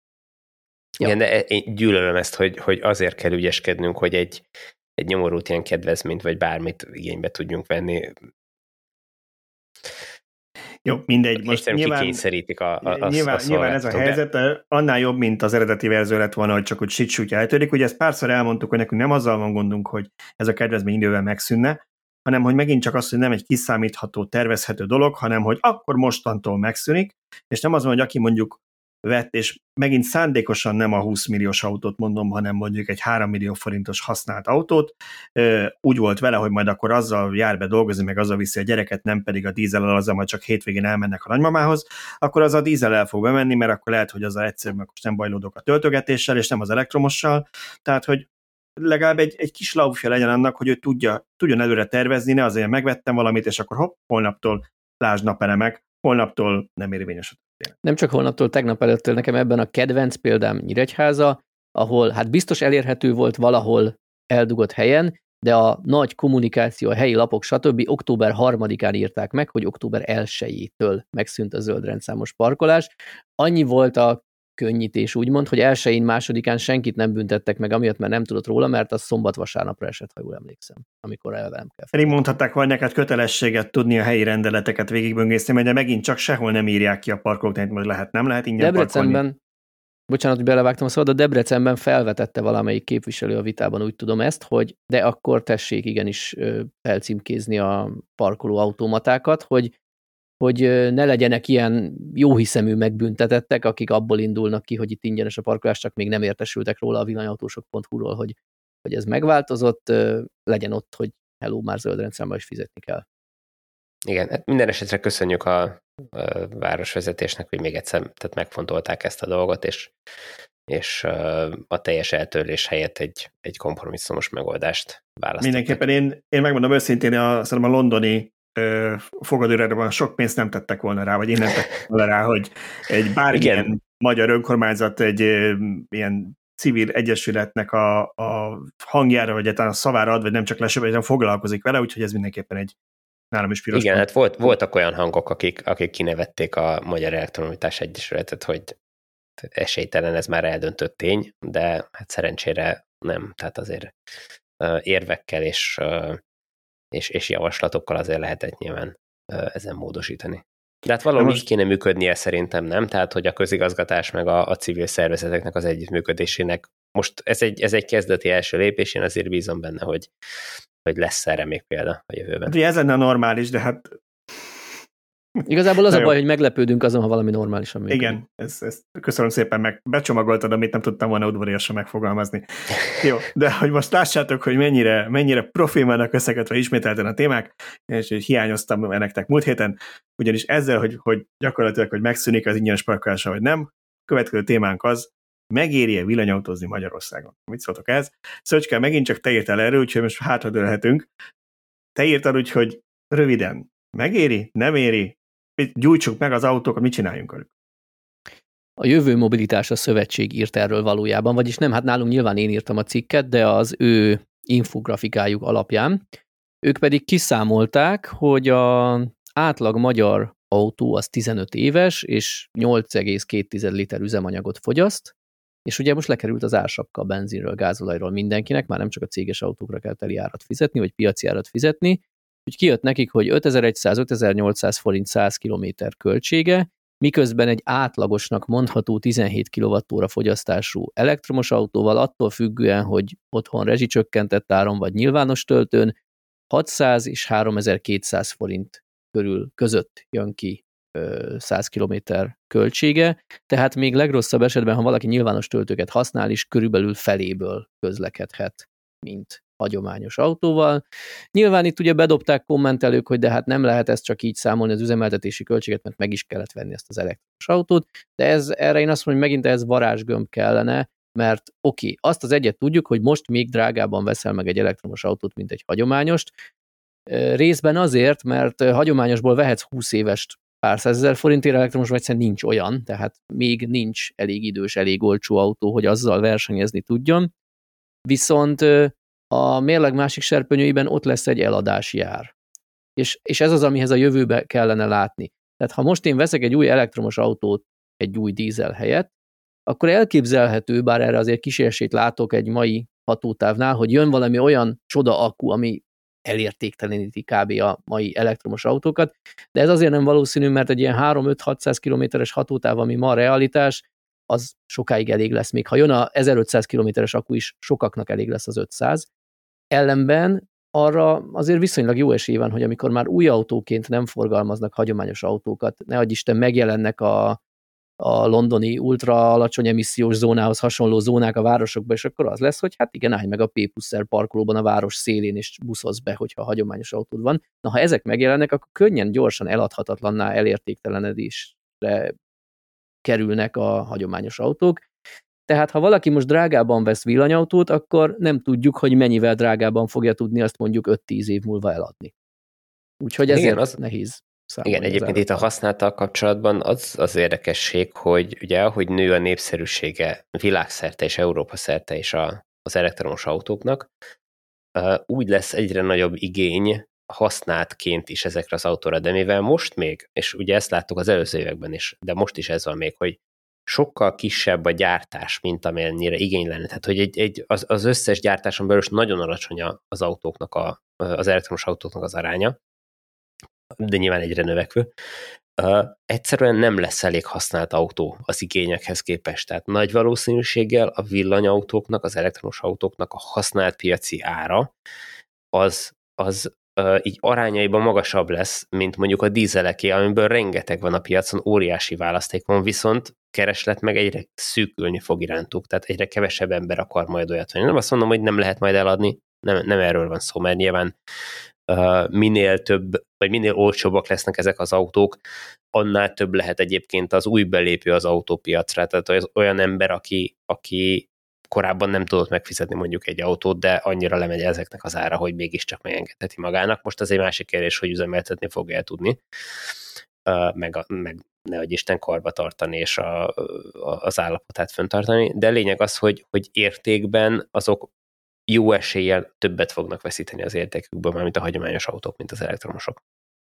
Ja. Igen, de én gyűlölöm ezt, hogy, hogy azért kell ügyeskednünk, hogy egy, egy nyomorult ilyen kedvezményt, vagy bármit igénybe tudjunk venni. Jó, mindegy. Most nyilván kikényszerítik a, a, a, nyilván, a nyilván ez a helyzet, de annál jobb, mint az eredeti verzió lett volna, hogy csak hogy sicsútja eltörik. Ugye ezt párszor elmondtuk, hogy nekünk nem azzal van gondunk, hogy ez a kedvezmény idővel megszűnne, hanem hogy megint csak az, hogy nem egy kiszámítható, tervezhető dolog, hanem hogy akkor mostantól megszűnik, és nem az van, hogy aki mondjuk vett, és megint szándékosan nem a húsz milliós autót mondom, hanem mondjuk egy három millió forintos használt autót, úgy volt vele, hogy majd akkor azzal jár be dolgozni, meg azzal viszi a gyereket, nem pedig a dízellel, azzal majd csak hétvégén elmennek a nagymamához, akkor az a dízel el fog bemenni, mert akkor lehet, hogy az a egyszerűen most nem bajlódok a töltögetéssel, és nem az elektromossal, tehát, hogy legalább egy, egy kis laufja legyen annak, hogy ő tudja, tudjon előre tervezni, ne azért megvettem valamit, és akkor hopp, holnaptól lásd napelemek, holnaptól nem érvényes Nem csak holnaptól, tegnap előttől nekem ebben a kedvenc példám Nyíregyháza, ahol hát biztos elérhető volt valahol eldugott helyen, de a nagy kommunikáció, a helyi lapok, stb. október harmadikán írták meg, hogy október elsejétől megszűnt a zöld rendszámos parkolás. Annyi volt a könnyítés, úgymond, hogy elsején, másodikán senkit nem büntettek meg, amiatt már nem tudott róla, mert az szombat-vasárnapra esett, ha jól emlékszem, amikor eleve nem kell. Pedig mondhatták, hogy neked kötelességet tudni a helyi rendeleteket végigböngészni, mert de megint csak sehol nem írják ki a parkolót, hogy lehet, nem lehet ingyen Debrecenben, parkolni. Bocsánat, hogy belevágtam a szót, de Debrecenben felvetette valamelyik képviselő a vitában, úgy tudom ezt, hogy de akkor tessék igenis felcímkézni a parkoló automatákat, hogy, hogy ne legyenek ilyen jóhiszemű megbüntetettek, akik abból indulnak ki, hogy itt ingyenes a parkolás, csak még nem értesültek róla a villanyautósok pont hu-ról, hogy, hogy ez megváltozott, legyen ott, hogy hello, már zöld rendszámban is fizetni kell. Igen, hát minden esetre köszönjük a, a városvezetésnek, hogy még egyszer tehát megfontolták ezt a dolgot, és, és a teljes eltörlés helyett egy, egy kompromisszumos megoldást választottak. Mindenképpen én, én megmondom őszintén, a, szerintem a londoni fogadóirodában sok pénzt nem tettek volna rá, vagy én nem tettek volna rá, hogy egy bármilyen Igen. magyar önkormányzat egy e, ilyen civil egyesületnek a, a hangjára, vagy a szavára ad, vagy nem csak lesőbb, foglalkozik vele, úgyhogy ez mindenképpen egy nálam is piros. Igen, pont. Hát volt, voltak olyan hangok, akik, akik kinevették a Magyar Elektromobilitás Egyesületet, hogy esélytelen, ez már eldöntött tény, de hát szerencsére nem, tehát azért érvekkel és, és, és javaslatokkal azért lehetett nyilván ezen módosítani. De hát valahol most... így kéne működnie szerintem, nem? Tehát, hogy a közigazgatás meg a, a civil szervezeteknek az együttműködésének most ez egy, ez egy kezdeti első lépés, én azért bízom benne, hogy, hogy lesz erre még példa a jövőben. Hát ugye ez lenne normális, de hát... Igazából az a baj, hogy meglepődünk azon, ha valami normálisan működik. Igen, ez, ez, köszönöm szépen, meg becsomagoltad, amit nem tudtam volna udvariasan megfogalmazni. Jó, de hogy most lássátok, hogy mennyire, mennyire profil vannak összekötve ismételten a témák, és hiányoztam nektek múlt héten, ugyanis ezzel, hogy, hogy gyakorlatilag, hogy megszűnik az ingyenes parkolása, vagy nem, következő témánk az, megéri-e villanyautózni Magyarországon? Mit szóltok ez? Szöcske, megint csak te írtál erről, úgyhogy most hátradőlhetünk. Te írtál úgy, hogy röviden, megéri, nem éri, gyújtsuk meg az autókat, mit csináljunk velük? A Jövő Mobilitás a szövetség írt erről valójában, vagyis nem, hát nálunk nyilván én írtam a cikket, de az ő infografikájuk alapján. Ők pedig kiszámolták, hogy az átlag magyar autó az tizenöt éves, és nyolc egész két liter üzemanyagot fogyaszt, és ugye most lekerült az ársapka a benzinről, gázolajról mindenkinek, már nem csak a céges autókra kell teli árat fizetni, vagy piaci árat fizetni, úgy kijött nekik, hogy ötezer-száz-ötezer-nyolcszáz forint száz kilométer költsége, miközben egy átlagosnak mondható tizenhét kilovattóra fogyasztású elektromos autóval, attól függően, hogy otthon rezsicsökkentett áron vagy nyilvános töltőn, hatszáz és háromezer-kétszáz forint körül között jön ki száz kilométer költsége, tehát még legrosszabb esetben, ha valaki nyilvános töltőket használ, is körülbelül feléből közlekedhet, mint hagyományos autóval. Nyilván itt ugye bedobták kommentelők, hogy de hát nem lehet ezt csak így számolni az üzemeltetési költséget, mert meg is kellett venni ezt az elektromos autót, de ez, erre én azt mondom, hogy megint ez varázsgömb kellene, mert oké, okay, azt az egyet tudjuk, hogy most még drágában veszel meg egy elektromos autót, mint egy hagyományost. Részben azért, mert hagyományosból vehetsz húsz évest pár százezer forintért, elektromos vagy egyszerűen nincs olyan, tehát még nincs elég idős, elég olcsó autó, hogy azzal versenyezni tudjon. Viszont a mérleg másik serpenyőiben ott lesz egy eladási ár. És, és ez az, amihez a jövőbe kellene látni. Tehát ha most én veszek egy új elektromos autót egy új dízel helyett, akkor elképzelhető, bár erre azért kis esélyt látok egy mai hatótávnál, hogy jön valami olyan csoda akku, ami elértékteleníti kb. A mai elektromos autókat, de ez azért nem valószínű, mert egy ilyen három-öt-hatszáz kilométeres hatótáv, ami ma a realitás, az sokáig elég lesz. Még ha jön a ezerötszáz kilométeres akku is, sokaknak elég lesz az ötszáz. Ellenben arra azért viszonylag jó esély van, hogy amikor már új autóként nem forgalmaznak hagyományos autókat, ne adj Isten megjelennek a, a londoni ultra alacsony emissziós zónához hasonló zónák a városokban, és akkor az lesz, hogy hát igen, állj meg a P-puszer parkolóban a város szélén, és buszozz be, hogyha hagyományos autód van. Na, ha ezek megjelennek, akkor könnyen, gyorsan eladhatatlanná, elértéktelenedésre kerülnek a hagyományos autók. Tehát ha valaki most drágában vesz villanyautót, akkor nem tudjuk, hogy mennyivel drágában fogja tudni azt mondjuk öt-tíz év múlva eladni. Úgyhogy ezért igen, az, nehéz. számolni. Igen, egyébként itt a használattal kapcsolatban az az érdekesség, hogy ugye ahogy nő a népszerűsége világszerte és Európa szerte is a, az elektromos autóknak, úgy lesz egyre nagyobb igény használtként is ezekre az autóra, de mivel most még, és ugye ezt láttuk az előző években is, de most is ez van még, hogy sokkal kisebb a gyártás, mint amennyire igény lenne. Tehát, hogy egy, egy, az, az összes gyártáson belül nagyon alacsony az autóknak, a, az elektromos autóknak az aránya, de nyilván egyre növekvő. Uh, egyszerűen nem lesz elég használt autó az igényekhez képest. Tehát nagy valószínűséggel a villanyautóknak, az elektromos autóknak a használt piaci ára az, az uh, így arányaiban magasabb lesz, mint mondjuk a dízeleké, amiből rengeteg van a piacon, óriási választék van, viszont kereslet meg egyre szűkülni fog irántuk, tehát egyre kevesebb ember akar majd olyat venni. Nem azt mondom, hogy nem lehet majd eladni, nem, nem erről van szó, mert nyilván Uh, minél több, vagy minél olcsóbbak lesznek ezek az autók, annál több lehet egyébként az új belépő az autópiacra. Tehát az olyan ember, aki, aki korábban nem tudott megfizetni mondjuk egy autót, de annyira lemegy ezeknek az ára, hogy mégiscsak megengedheti magának. Most az egy másik kérdés, hogy üzemeltetni fogja tudni, uh, meg, a, meg nehogy Isten karba tartani és a, a, az állapotát fenntartani, de lényeg az, hogy, hogy értékben azok jó eséllyel többet fognak veszíteni az értékükből, mármint a hagyományos autók, mint az elektromosok.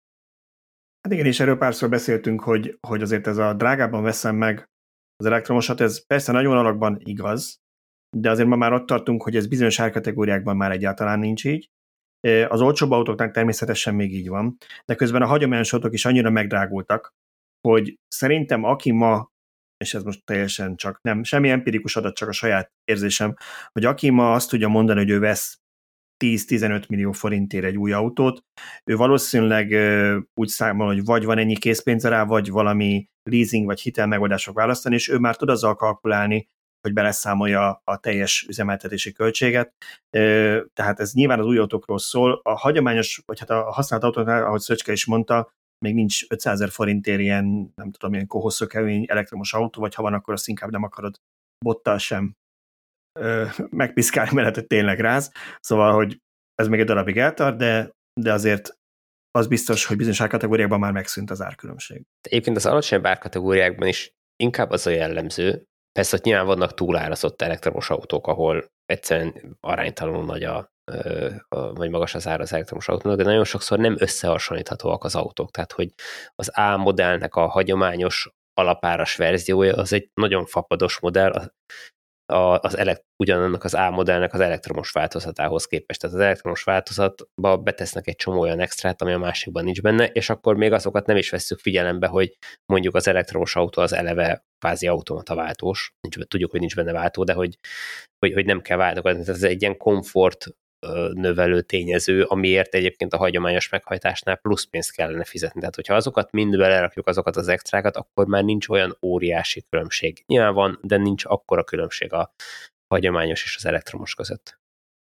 Hát igen, és erről párszor beszéltünk, hogy, hogy azért ez a drágában veszem meg az elektromosat, ez persze nagyon alakban igaz, de azért ma már ott tartunk, hogy ez bizonyos árkategóriákban már egyáltalán nincs így. Az olcsóbb autóknál természetesen még így van, de közben a hagyományos autók is annyira megdrágultak, hogy szerintem aki ma, és ez most teljesen csak nem, semmi empirikus adat, csak a saját érzésem, hogy aki ma azt tudja mondani, hogy ő vesz tíz-tizenöt millió forintért egy új autót, ő valószínűleg úgy számol, hogy vagy van ennyi készpénze rá, vagy valami leasing vagy hitel megoldások választani, és ő már tud azzal kalkulálni, hogy beleszámolja a teljes üzemeltetési költséget. Tehát ez nyilván az új autókról szól. A hagyományos, vagy hát a használt autóknál, ahogy Szöcske is mondta, még nincs ötszázezer forintért ilyen, nem tudom, ilyen kohosszökevény elektromos autó, vagy ha van, akkor azt inkább nem akarod bottal sem ö, megpiszkálni, mert tényleg ráz. Szóval, hogy ez még egy darabig eltart, de, de azért az biztos, hogy bizonyos árkategóriákban már megszűnt az árkülönbség. Egyébként az alacsonyabb árkategóriákban is inkább az a jellemző, persze, hogy nyilván vannak túlárazott elektromos autók, ahol egyszerűen aránytalanul nagy a, a, vagy magas az ára az elektromos autónak, de nagyon sokszor nem összehasonlíthatóak az autók. Tehát, hogy az A modellnek a hagyományos alapáras verziója az egy nagyon fapados modell, a, az elekt, ugyanannak az A modellnek az elektromos változatához képest. Tehát az elektromos változatba betesznek egy csomó olyan extrát, ami a másikban nincs benne, és akkor még azokat nem is vesszük figyelembe, hogy mondjuk az elektromos autó az eleve kvázi automata váltós. Nincs, tudjuk, hogy nincs benne váltó, de hogy, hogy, hogy nem kell váltogatni. Tehát ez egy ilyen komfort növelő tényező, amiért egyébként a hagyományos meghajtásnál plusz pénzt kellene fizetni. Tehát, hogyha azokat mind belerakjuk, azokat az extrákat, akkor már nincs olyan óriási különbség. Nyilván van, de nincs akkora különbség a hagyományos és az elektromos között.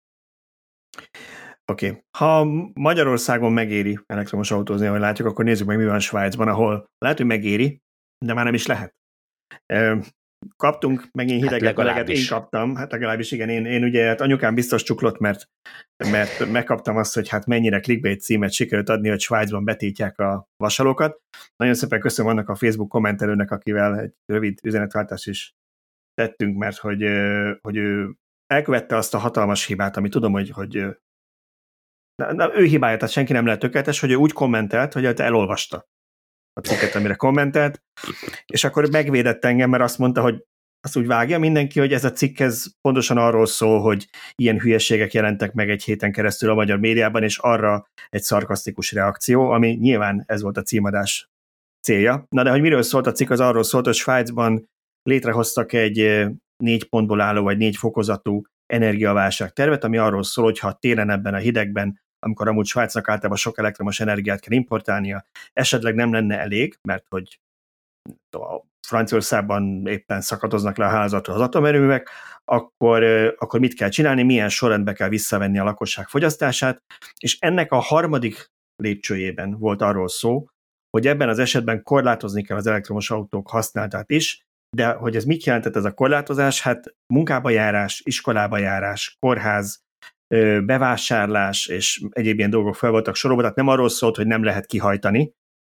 Oké. Okay. Ha Magyarországon megéri elektromos autózni, ahogy látjuk, akkor nézzük meg, mi van Svájcban, ahol lehet, hogy megéri, de már nem is lehet. Kaptunk megint hideget, hát meleget, én kaptam, hát legalábbis igen, én, én ugye hát anyukám biztos csuklott, mert, mert megkaptam azt, hogy hát mennyire clickbait címet sikerült adni, hogy Svájcban betiltják a vasalókat. Nagyon szépen köszönöm annak a Facebook kommentelőnek, akivel egy rövid üzenetváltást is tettünk, mert hogy, hogy ő elkövette azt a hatalmas hibát, ami tudom, hogy, hogy na, na, ő hibája, tehát senki nem lehet tökéletes, hogy ő úgy kommentelt, hogy elolvasta a cikket, amire kommentelt, és akkor megvédett engem, mert azt mondta, hogy azt úgy vágja mindenki, hogy ez a cikk ez pontosan arról szól, hogy ilyen hülyeségek jelentek meg egy héten keresztül a magyar médiában, és arra egy szarkasztikus reakció, ami nyilván ez volt a címadás célja. Na de hogy miről szólt a cikk, az arról szólt, hogy Svájcban létrehoztak egy négy pontból álló, vagy négy fokozatú energiaválság tervet, ami arról szól, hogy ha télen ebben a hidegben, amikor amúgy Svájcnak általában sok elektromos energiát kell importálnia, esetleg nem lenne elég, mert hogy a Franciaországban éppen szakadoznak le a hálózatról az atomerőművek, akkor, akkor mit kell csinálni, milyen sorrendbe kell visszavenni a lakosság fogyasztását, és ennek a harmadik lépcsőjében volt arról szó, hogy ebben az esetben korlátozni kell az elektromos autók használatát is, de hogy ez mit jelentett ez a korlátozás? Hát munkába járás, iskolába járás, kórház, bevásárlás és egyéb ilyen dolgok fel voltak sorolva, tehát nem arról szólt, hogy nem lehet kihajtani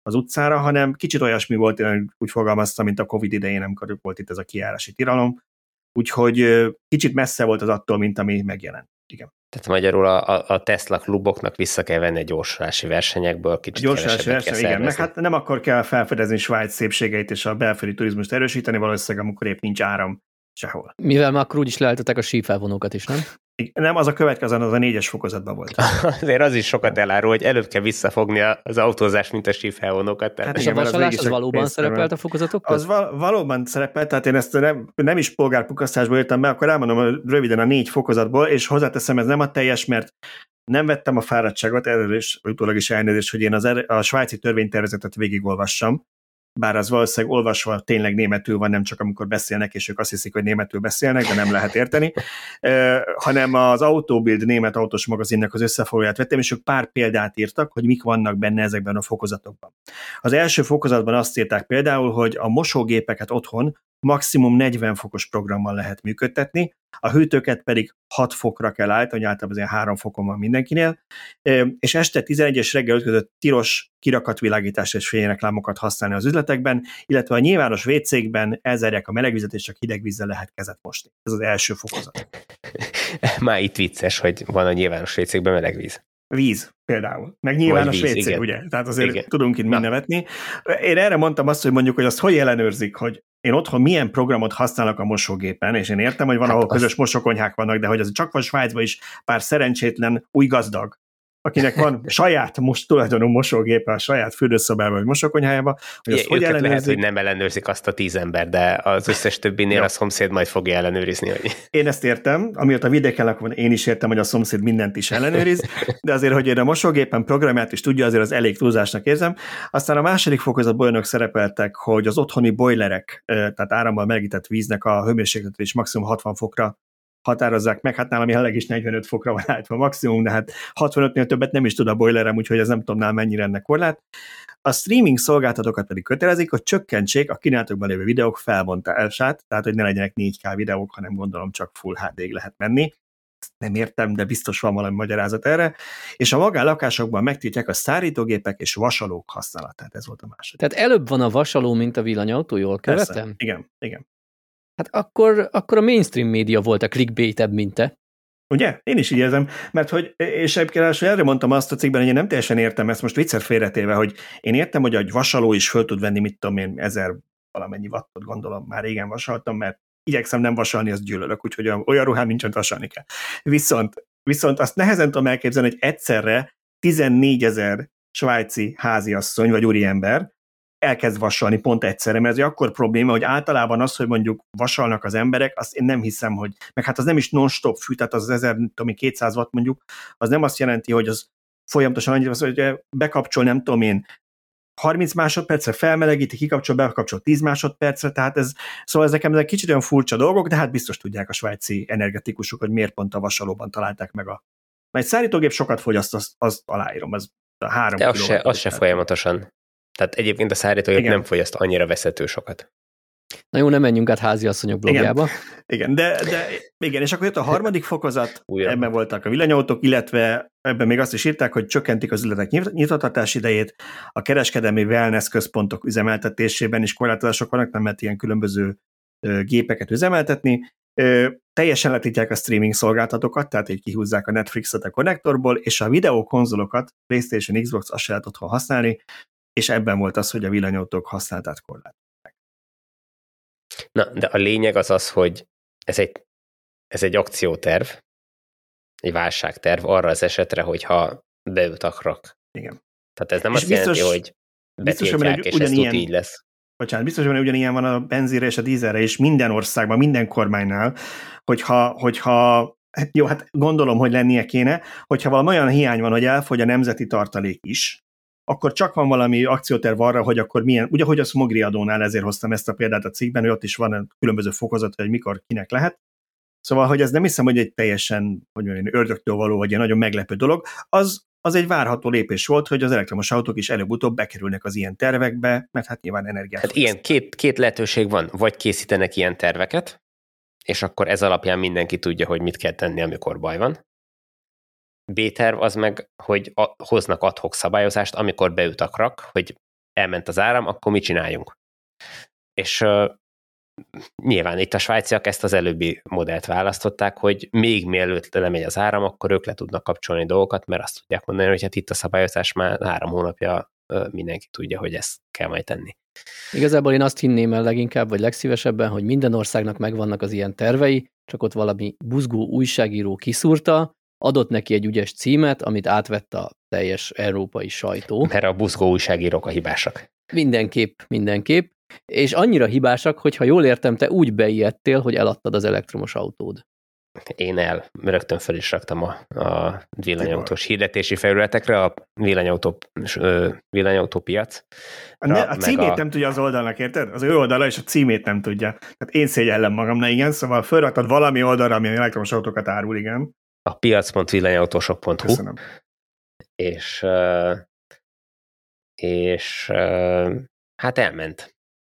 az utcára, hanem kicsit olyasmi volt, én úgy fogalmaztam, mint a Covid idején, amikor volt itt ez a kijárási tilalom. Úgyhogy kicsit messze volt az attól, mint ami megjelent. Igen. Tehát magyarul a, a Tesla kluboknak vissza kell venni a gyorsulási versenyekből, kicsit a gyorsulási verseny, igen, meg hát nem akkor kell felfedezni Svájc szépségeit és a belföldi turizmust erősíteni, valószínűleg amikor épp nincs áram sehol. Mivel már akkor úgy is leálltották a sífelvonókat is, nem? Nem, az a következő, az a négyes fokozatban volt. Azért az is sokat elárul, hogy előbb kell visszafogni az autózást, mint a sífelvonókat. Hát és igen, a vasalás az, az valóban szerepelt a fokozatok között? Az val- valóban szerepelt, tehát én ezt nem, nem is polgárpukkasztásból írtam be, akkor elmondom röviden a négy fokozatból, és hozzáteszem, ez nem a teljes, mert nem vettem a fáradtságot, erről is utólag is elnézést, hogy én az er- a svájci törvénytervezetet végigolvassam, bár az valószínűleg olvasva tényleg németül van, nem csak amikor beszélnek, és ők azt hiszik, hogy németül beszélnek, de nem lehet érteni, uh, hanem az Autobild német autós magazinnak az összefoglalóját vettem, és ők pár példát írtak, hogy mik vannak benne ezekben a fokozatokban. Az első fokozatban azt írták például, hogy a mosógépeket otthon maximum negyven fokos programmal lehet működtetni, a hűtőket pedig hat fokra kell állítani, általában azért három fokon van mindenkinél, és este tizenegy és reggel öt között tilos kirakatvilágítás és fényreklámokat használni az üzletekben, illetve a nyilvános vécékben elzárják a melegvizet, és csak hideg vízzel lehet kezet mosni. Ez az első fokozat. Már itt vicces, hogy van a nyilvános vécékben melegvíz. Víz például, meg nyilvános vécé, ugye? Tehát azért igen. Tudunk itt mind nevetni. Én erre mondtam azt, hogy mondjuk, hogy azt hogy ellenőrzik, hogy én otthon milyen programot használok a mosógépen, és én értem, hogy van, hát ahol az... közös mosókonyhák vannak, de hogy az csak van Svájcban is pár szerencsétlen új gazdag, akinek van saját most tulajdonú mosógépe a saját fürdőszobában vagy mosókonyhájában, hogy azt hogy ellenőrzik. Lehet, hogy nem ellenőrzik azt a tíz ember, de az összes többinél a szomszéd majd fogja ellenőrizni. Hogy... Én ezt értem, amióta vidéken lakom, én is értem, hogy a szomszéd mindent is ellenőriz, de azért, hogy én a mosógépen programját is tudja, azért az elég túlzásnak érzem. Aztán a második fokozatban olyanok szerepeltek, hogy az otthoni bojlerek, tehát árammal melegített víznek a hőmérsékletet is maximum hatvan fokra határozzák meg, hát nálam jelenleg is negyvenöt fokra van állítva maximum, de hát hatvanötnél többet nem is tud a boilerem, úgyhogy ez nem tudom nálam mennyire ennek korlát. A streaming szolgáltatókat pedig kötelezik, hogy csökkentsék a kínálatokban lévő videók felbontását, tehát hogy ne legyenek négy ká videók, hanem gondolom csak Full há dé-ig lehet menni. Ezt nem értem, de biztos van valami magyarázat erre. És a magánlakásokban megtiltják a szárítógépek és vasalók használatát. Ez volt a második. Tehát előbb van a vasaló, mint a villanyautó, jól követem? Persze. Igen, igen. Hát akkor, akkor a mainstream média volt a clickbaitebb, mint te. Ugye? Én is így érzem, mert hogy, és egyébként erre mondtam azt a cikkben, hogy én nem teljesen értem ezt most viccet félretéve, hogy én értem, hogy egy vasaló is föl tud venni, mit tudom én, ezer valamennyi wattot gondolom, már régen vasaltam, mert igyekszem nem vasalni, azt gyűlölök, úgyhogy olyan ruhám nincs, hogy vasalni kell. Viszont, viszont azt nehezen tudom elképzelni, hogy egyszerre tizennégyezer svájci háziasszony vagy úriember elkezd vasalni pont egyszerre, mert ez akkor probléma, hogy általában az, hogy mondjuk vasalnak az emberek, azt én nem hiszem, hogy, meg hát az nem is non-stop fű, tehát az ezerkétszáz watt mondjuk, az nem azt jelenti, hogy az folyamatosan annyira, az, hogy bekapcsol, nem tudom én, harminc másodpercre felmelegíti, kikapcsol, bekapcsol tíz másodpercre, tehát ez, szóval ezek ezek kicsit olyan furcsa dolgok, de hát biztos tudják a svájci energetikusok, hogy miért pont a vasalóban találták meg a... Mert egy szárítógép sokat fogyaszt, azt, azt aláírom, ez a három de az se, az se folyamatosan. Tehát egyébként a szárítógép nem fogyaszt annyira veszető sokat. Na jó, nem menjünk át háziasszonyok blogjába. Igen, igen de, de igen, és akkor jött a harmadik fokozat, Ugyan. Ebben voltak a villanyautók, illetve ebben még azt is írták, hogy csökkentik az üzletek nyitvatartás idejét, a kereskedelmi wellness központok üzemeltetésében is korlátozások vannak, nem lehet ilyen különböző gépeket üzemeltetni. Teljesen letítják a streaming szolgáltatókat, tehát így kihúzzák a Netflixet a konnektorból, és a videókonzolokat, PlayStation, Xbox azt se lehet otthon használni, és ebben volt az, hogy a villanyautók használatát korlátozták. Na, de a lényeg az az, hogy ez egy, ez egy akcióterv, egy válságterv arra az esetre, hogyha beüt a krak. Igen. Tehát ez nem és azt biztos, jelenti, hogy betiltják, és ez tud így lesz. Bocsánat, biztos, hogy ugyanilyen van a benzínre és a dízelre is minden országban, minden kormánynál, hogyha, hogyha jó, hát gondolom, hogy lennie kéne, hogyha valami olyan hiány van, hogy elfogy a nemzeti tartalék is, akkor csak van valami akcióterv arra, hogy akkor milyen, ugye, hogy a smogri adónál, ezért hoztam ezt a példát a cikkben, hogy ott is van különböző fokozat, hogy mikor kinek lehet. Szóval, hogy ez nem hiszem, hogy egy teljesen, hogy mondjam, ördögtől való, vagy egy nagyon meglepő dolog. Az, az egy várható lépés volt, hogy az elektromos autók is előbb-utóbb bekerülnek az ilyen tervekbe, mert hát nyilván energiát. Hát ilyen két, két lehetőség van, vagy készítenek ilyen terveket, és akkor ez alapján mindenki tudja, hogy mit kell tenni, amikor baj van. B-terv az meg, hogy a, hoznak ad hoc szabályozást, amikor beüt a krak, hogy elment az áram, akkor mit csináljunk? És uh, nyilván itt a svájciak ezt az előbbi modellt választották, hogy még mielőtt lemegy az áram, akkor ők le tudnak kapcsolni dolgokat, mert azt tudják mondani, hogy hát itt a szabályozás már három hónapja uh, mindenki tudja, hogy ezt kell majd tenni. Igazából én azt hinném el leginkább, vagy legszívesebben, hogy minden országnak megvannak az ilyen tervei, csak ott valami buzgó újságíró kiszúrta, adott neki egy ügyes címet, amit átvett a teljes európai sajtó. Mert a buzgó újságírók a hibásak. Mindenképp, mindenképp. És annyira hibásak, hogy ha jól értem, te úgy beijedtél, hogy eladtad az elektromos autód. Én el rögtön fel is raktam a, a villanyautós hirdetési felületekre, a villanyautó, villanyautó piac. Ne, a címét a... nem tudja az oldalnak, érted? Az ő oldala és a címét nem tudja. Tehát én szégyellem magam, na igen, szóval felraktad valami oldalra, ami elektromos autókat árul, igen. A piac pont villanyautósok pont hu. Köszönöm. És, és hát elment.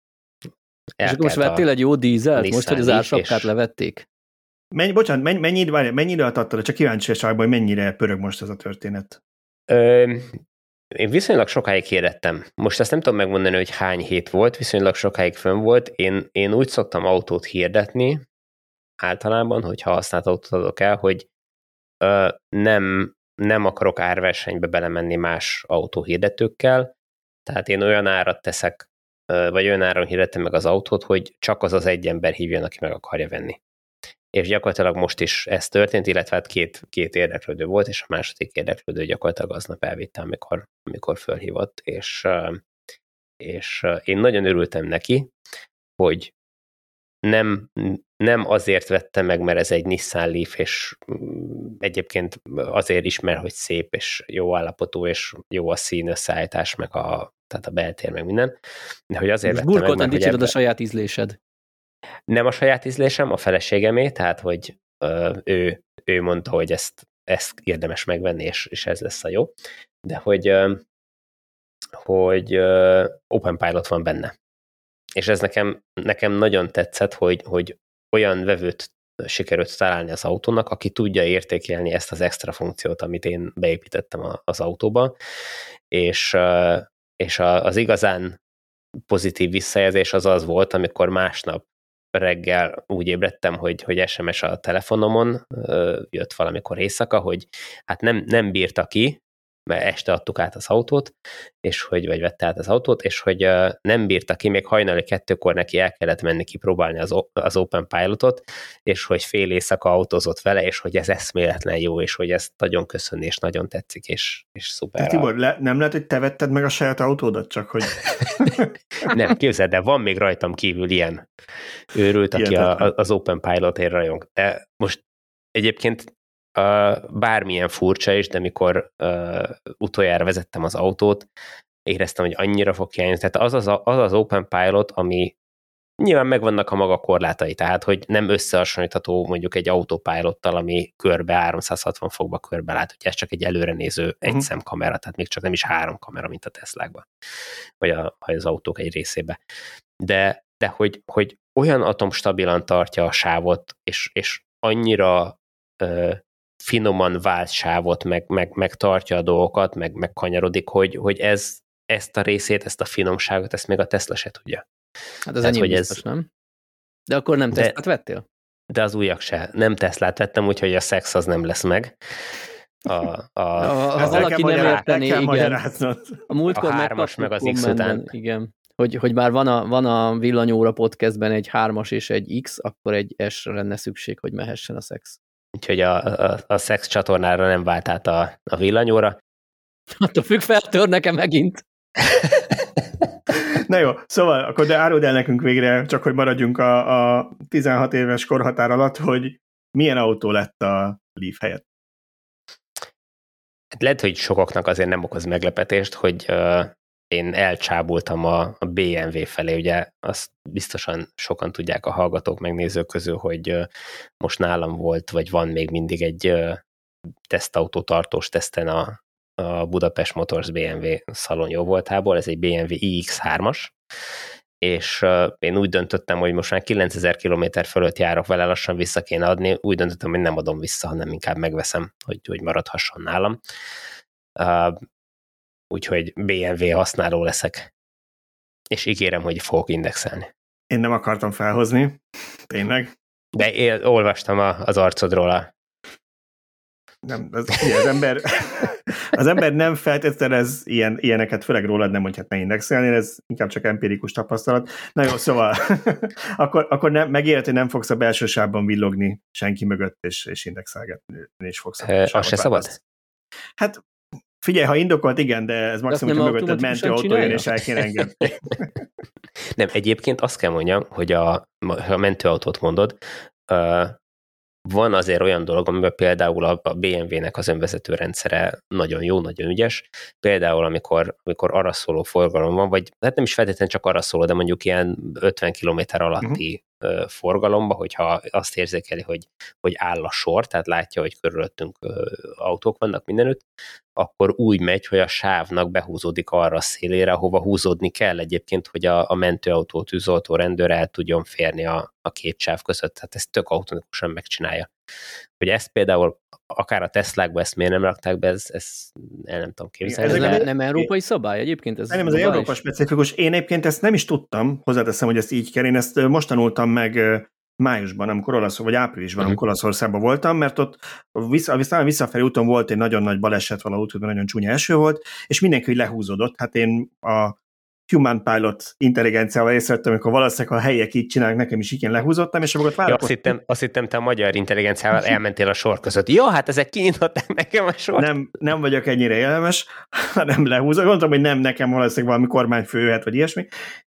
És akkor most vettél egy jó dízelt? Most, hogy az ársapkát és... levették? Mennyi, bocsánat, mennyi, mennyi, mennyi időt adtad? Csak kíváncsiságban, hogy mennyire pörög most ez a történet? Ö, én viszonylag sokáig hirdettem. Most ezt nem tudom megmondani, hogy hány hét volt, viszonylag sokáig fönn volt. Én, én úgy szoktam autót hirdetni, általában, hogyha használt autót adok el, hogy ö, nem, nem akarok árversenybe belemenni más autóhirdetőkkel, tehát én olyan árat teszek, vagy olyan áron hirdettem meg az autót, hogy csak az az egy ember hívjon, aki meg akarja venni. És gyakorlatilag most is ez történt, illetve hát két, két érdeklődő volt, és a második érdeklődő gyakorlatilag aznap elvitte, amikor, amikor fölhívott, és, és én nagyon örültem neki, hogy nem, nem azért vette meg, mert ez egy Nissan Leaf, és egyébként azért is, mert hogy szép, és jó állapotú, és jó a szín összeállítás, meg a, tehát a beltér, meg minden, de hogy azért most vette meg, mert dicséred ebbe... a saját ízlésed. Nem a saját ízlésem, a feleségemé, tehát hogy ö, ő, ő mondta, hogy ezt, ezt érdemes megvenni, és, és ez lesz a jó, de hogy, ö, hogy ö, Open Pilot van benne. És ez nekem, nekem nagyon tetszett, hogy, hogy olyan vevőt sikerült találni az autónak, aki tudja értékelni ezt az extra funkciót, amit én beépítettem az autóba, és, és az igazán pozitív visszajelzés az az volt, amikor másnap reggel úgy ébredtem, hogy, hogy es em es a telefonomon, jött valamikor éjszaka, hogy hát nem, nem bírta ki, mert este adtuk át az autót, és hogy, vagy vette át az autót, és hogy uh, nem bírta ki, még hajnali kettőkor neki el kellett menni kipróbálni az, az Open Pilotot, és hogy fél éjszaka autózott vele, és hogy ez eszméletlen jó, és hogy ezt nagyon köszönni, és nagyon tetszik, és, és szuper. De Tibor, le, nem lehet, hogy te vetted meg a saját autódat, csak hogy... Nem, képzeld, de van még rajtam kívül ilyen őrült, aki a, az Open Pilotért rajong. De most egyébként Uh, bármilyen furcsa is, de mikor uh, utoljára vezettem az autót, éreztem, hogy annyira fog hiányozni. Tehát az az, az az Open Pilot, ami nyilván megvannak a maga korlátai, tehát hogy nem összehasonlítható mondjuk egy autopilottal, ami körbe háromszázhatvan fokba körbe lát, hogy ez csak egy előrenéző uh-huh. egy szemkamera, tehát még csak nem is három kamera, mint a Teslákban, vagy a, az autók egy részébe. De, de hogy, hogy olyan atomstabilan tartja a sávot, és, és annyira uh, finoman vált sávot, meg, meg, meg tartja a dolgokat, meg, meg kanyarodik, hogy, hogy ez, ezt a részét, ezt a finomságot, ezt még a Tesla se tudja. Hát az enyém biztos, ez... nem? De akkor nem Teslát vettél? De az újak se. Nem Teslát vettem, úgyhogy a szex az nem lesz meg. A, a, ha valaki nem értené, igen. A múltkor a hármas meg az X után. Igen. Hogy, hogy már van a, van a Villanyóra podcastben egy hármas és egy X, akkor egy S-re lenne szükség, hogy mehessen a szex. Úgyhogy a, a, a szex csatornára nem vált át a, a villanyóra. Attól függ, feltör nekem megint. Na jó, szóval akkor de áruld el nekünk végre, csak hogy maradjunk a, a tizenhat éves korhatár alatt, hogy milyen autó lett a Leaf helyett. Hát lehet, hogy sokaknak azért nem okoz meglepetést, hogy uh, én elcsábultam a, a bé em vé felé, ugye azt biztosan sokan tudják a hallgatók, megnézők közül, hogy uh, most nálam volt, vagy van még mindig egy uh, tesztautó tartós teszten a, a Budapest Motors bé em vé szalon jó voltából, ez egy bé em vé i iksz hármas, és uh, én úgy döntöttem, hogy most már kilencezer kilométer fölött járok vele, lassan vissza kéne adni, úgy döntöttem, hogy nem adom vissza, hanem inkább megveszem, hogy, hogy maradhasson nálam. Uh, úgyhogy bé em vé használó leszek és ígérem, hogy fogok indexelni. Én nem akartam felhozni, tényleg. De én olvastam a, az arcodról a... Nem, az, ugye, az, ember, az ember nem feltételez ilyen, ilyeneket, főleg rólad nem, hogy hát ne indexelni, ez inkább csak empirikus tapasztalat. Na jó, szóval akkor, akkor nem, megérhet, hogy nem fogsz a belső sávban villogni senki mögött, és, és indexelgetni, és fogsz. E, az se szabad? Hát figyelj, ha indokolt, igen, de ez maximum, hogy mögötted mentőautó jön, és el kéne engedni. Nem, egyébként azt kell mondjam, hogy a, ha a mentőautót mondod, uh, van azért olyan dolog, amiben például a bé em vé-nek az önvezető rendszere nagyon jó, nagyon ügyes. Például, amikor, amikor arra szóló forgalom van, vagy hát nem is feltétlenül csak arra szóló, de mondjuk ilyen ötven kilométer alatti uh-huh. forgalomba, hogyha azt érzékeli, hogy, hogy áll a sor, tehát látja, hogy körülöttünk autók vannak mindenütt, akkor úgy megy, hogy a sávnak behúzódik arra a szélére, ahova húzódni kell egyébként, hogy a, a mentőautó, tűzoltó, rendőr el tudjon férni a, a két sáv között. Tehát ezt tök automatikusan megcsinálja. Hogy ezt például akár a Teslákba ezt miért nem rakták be, ez, ez el nem tudom képzelni. Ez de... nem, nem európai szabály egyébként? Ez nem, ez egy Európa specifikus. Én egyébként ezt nem is tudtam, hozzáteszem, hogy ezt így kell. Én ezt most tanultam meg májusban, amikor Olaszországban, vagy áprilisban, uh-huh. amikor Olaszországban voltam, mert ott vissza, vissza, visszafelé úton volt egy nagyon nagy baleset valahol, úton nagyon csúnya eső volt, és mindenki lehúzódott. Hát én a Human Pilot intelligenciával észrevettem, amikor valószínűleg a helyiek így csinálnak, nekem is így én lehúzottam, és akkor ott ja, azt, hittem, azt hittem, te a magyar intelligenciával elmentél a sor között. Ja, hát ezek kinyitották nekem a sort. Nem, nem vagyok ennyire élelmes, hanem lehúzom. Gondoltam, hogy nem nekem valószínűleg valami kormányfő jöhet, vagy ilyesmi.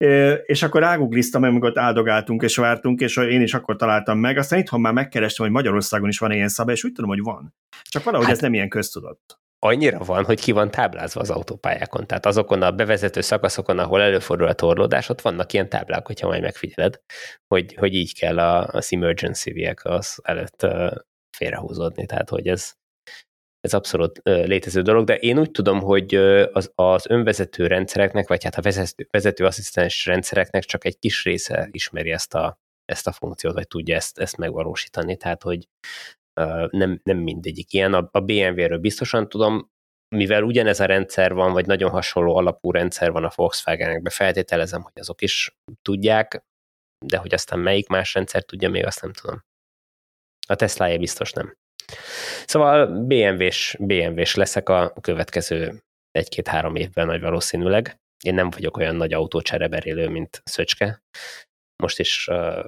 És akkor rágugliztam, amikor ott áldogáltunk és vártunk, és én is akkor találtam meg. Aztán itthon már megkerestem, hogy Magyarországon is van ilyen szabály, és úgy tudom, hogy van. Csak valahogy hát, ez nem ilyen köztudott. Annyira van, hogy ki van táblázva az autópályákon. Tehát azokon a bevezető szakaszokon, ahol előfordul a torlódás, ott vannak ilyen táblák, hogyha majd megfigyeled, hogy, hogy így kell a, az emergency vehicles előtt uh, félrehúzódni. Tehát, hogy ez, ez abszolút uh, létező dolog, de én úgy tudom, hogy uh, az, az önvezető rendszereknek, vagy hát a vezető, vezető asszisztens rendszereknek csak egy kis része ismeri ezt a, ezt a funkciót, vagy tudja ezt, ezt megvalósítani. Tehát, hogy Uh, nem, nem mindegyik ilyen. A, a bé em vé-ről biztosan tudom, mivel ugyanez a rendszer van, vagy nagyon hasonló alapú rendszer van a Volkswagenekben, feltételezem, hogy azok is tudják, de hogy aztán melyik más rendszer tudja, még azt nem tudom. A Tesla-ja biztos nem. Szóval bé em vé-s, bé em vé-s leszek a következő egy-két-három évben nagy valószínűleg. Én nem vagyok olyan nagy autócsereberélő, mint Szöcske. Most is uh,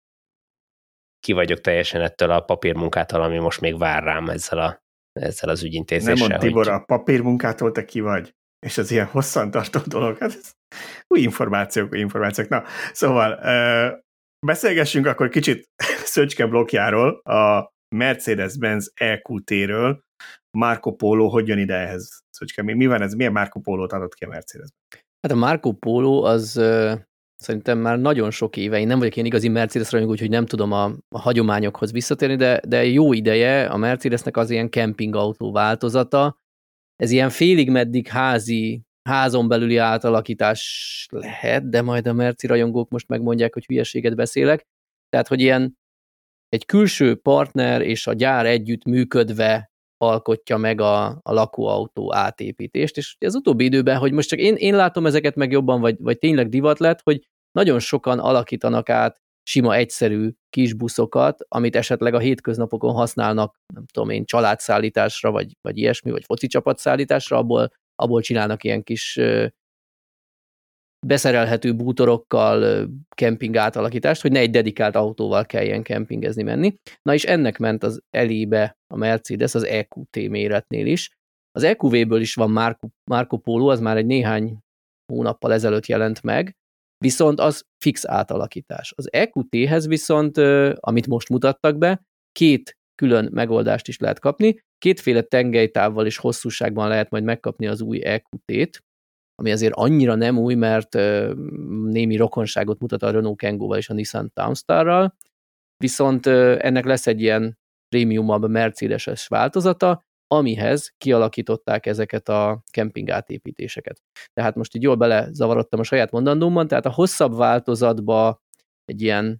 ki vagyok teljesen ettől a papírmunkától, ami most még vár rám ezzel, a, ezzel az ügyintézéssel. Nem mond Tibor, hogy... a papírmunkától te ki vagy, és ez ilyen hosszantartó dolog. Hát ez új információk, új információk. Na, szóval uh, beszélgessünk akkor kicsit Szöcske blokkjáról, a Mercedes-Benz é kú té-ről. Marco Polo, hogy jön ide ehhez? Szöcske, mi van ez? Milyen Marco Polót adott ki a Mercedes? Hát a Marco Polo az... Uh... Szerintem már nagyon sok éve, én nem vagyok ilyen igazi Mercedes rajongó, úgyhogy nem tudom a, a hagyományokhoz visszatérni, de, de jó ideje a Mercedesnek az ilyen kempingautó változata. Ez ilyen félig meddig házi, házon belüli átalakítás lehet, de majd a Merci rajongók most megmondják, hogy hülyeséget beszélek. Tehát, hogy ilyen egy külső partner és a gyár együtt működve alkotja meg a, a lakóautó átépítést, és az utóbbi időben, hogy most csak én, én látom ezeket meg jobban, vagy, vagy tényleg divat lett, hogy nagyon sokan alakítanak át sima, egyszerű kis buszokat, amit esetleg a hétköznapokon használnak, nem tudom én, családszállításra, vagy, vagy ilyesmi, vagy foci csapatszállításra, abból, abból csinálnak ilyen kis ö, beszerelhető bútorokkal kemping átalakítást, hogy ne egy dedikált autóval kelljen kempingezni menni. Na és ennek ment az elébe a Mercedes az é kú té méretnél is. Az é kú vé-ből is van Marco, Marco Polo, az már egy néhány hónappal ezelőtt jelent meg, viszont az fix átalakítás. Az é kú té-hez viszont, amit most mutattak be, két külön megoldást is lehet kapni, kétféle tengelytávval és hosszúságban lehet majd megkapni az új é kú té-t, ami azért annyira nem új, mert némi rokonságot mutat a Renault Kangoo-val és a Nissan Townstar-ral, viszont ennek lesz egy ilyen prémiumabb Mercedes-es változata, amihez kialakították ezeket a kemping átépítéseket. Tehát most így jól belezavarodtam a saját mondandómban, tehát a hosszabb változatba egy ilyen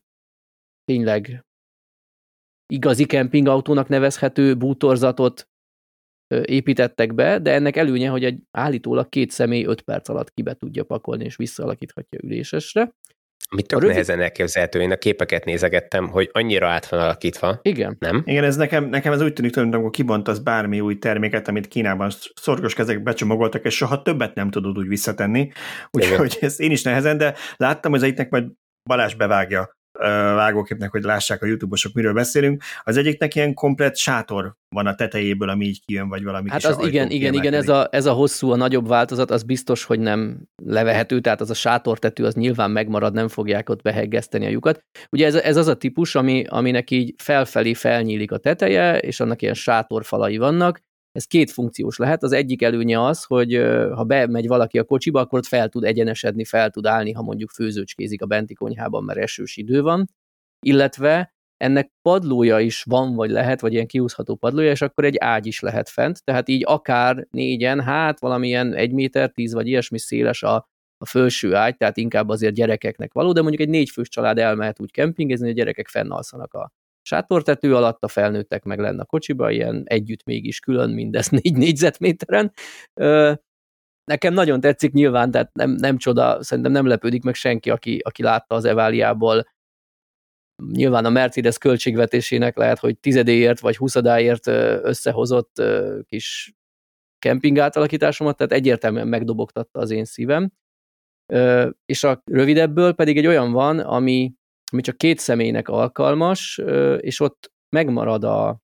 tényleg igazi kempingautónak nevezhető bútorzatot építettek be, de ennek előnye, hogy egy állítólag két személy öt perc alatt kibe tudja pakolni, és visszaalakíthatja ülésesre. Ami tök rövid... nehezen elképzelhető, én a képeket nézegettem, hogy annyira át van alakítva. Igen. Nem? Igen, ez nekem, nekem ez úgy tűnik, hogy amikor kibontasz bármi új terméket, amit Kínában szorgos kezek becsomagoltak, és soha többet nem tudod úgy visszatenni. Úgyhogy ezt én is nehezen, de láttam, hogy az egyiknek majd Balázs bevágja vágóképnek, hogy lássák a YouTube-osok, miről beszélünk. Az egyiknek ilyen komplett sátor van a tetejéből, ami így kijön, vagy valami hát kis az igen, igen, igen, ez a, ez a hosszú, a nagyobb változat, az biztos, hogy nem levehető, tehát az a sátortető, az nyilván megmarad, nem fogják ott beheggeszteni a lyukat. Ugye ez, ez az a típus, ami, aminek így felfelé felnyílik a teteje, és annak ilyen sátorfalai vannak. Ez két funkciós lehet. Az egyik előnye az, hogy ha bemegy valaki a kocsiba, akkor ott fel tud egyenesedni, fel tud állni, ha mondjuk főzőcskézik a benti konyhában, mert esős idő van. Illetve ennek padlója is van, vagy lehet, vagy ilyen kihúzható padlója, és akkor egy ágy is lehet fent. Tehát így akár négyen, hát valamilyen egy méter tíz, vagy ilyesmi széles a, a felső ágy, tehát inkább azért gyerekeknek való, de mondjuk egy négyfős család elmehet úgy kempingezni, hogy a gyerekek fennalszanak a sátortető alatt, a felnőttek meg lenne a kocsiba, ilyen együtt mégis külön, mindez négy négyzetméteren. Nekem nagyon tetszik nyilván, tehát nem, nem csoda, szerintem nem lepődik meg senki, aki, aki látta az Eváliából. Nyilván a Mercedes költségvetésének lehet, hogy tizedéért vagy huszadáért összehozott kis kemping átalakításomat, tehát egyértelműen megdobogtatta az én szívem. És a rövidebből pedig egy olyan van, ami ami csak két személynek alkalmas, és ott megmarad a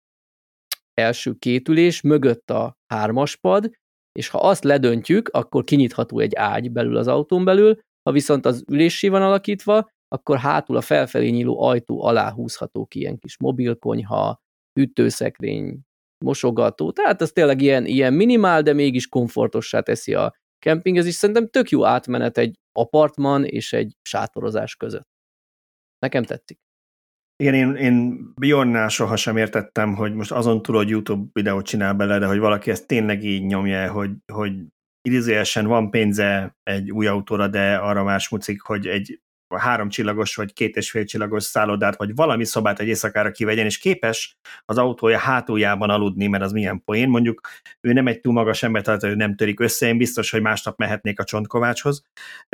első két ülés, mögött a hármas pad, és ha azt ledöntjük, akkor kinyitható egy ágy belül az autón belül, ha viszont az üléssé van alakítva, akkor hátul a felfelé nyíló ajtó alá húzható ki ilyen kis mobilkonyha, hűtőszekrény, mosogató, tehát ez tényleg ilyen, ilyen minimál, de mégis komfortossá teszi a kempingezést. Szerintem tök jó átmenet egy apartman és egy sátorozás között. Nekem tetszik. Igen, én, én Bjornnál soha sem értettem, hogy most azon túl, hogy YouTube videót csinál bele, de hogy valaki ezt tényleg így nyomja, hogy, hogy idézőjelesen van pénze egy új autóra, de arra már smucik, hogy egy három csillagos vagy két és fél csillagos szállodát, vagy valami szobát egy éjszakára kivegyen, és képes az autója hátuljában aludni, mert az milyen poén. Mondjuk ő nem egy túl magas ember, tehát ő nem törik össze, én biztos, hogy másnap mehetnék a csontkovácshoz.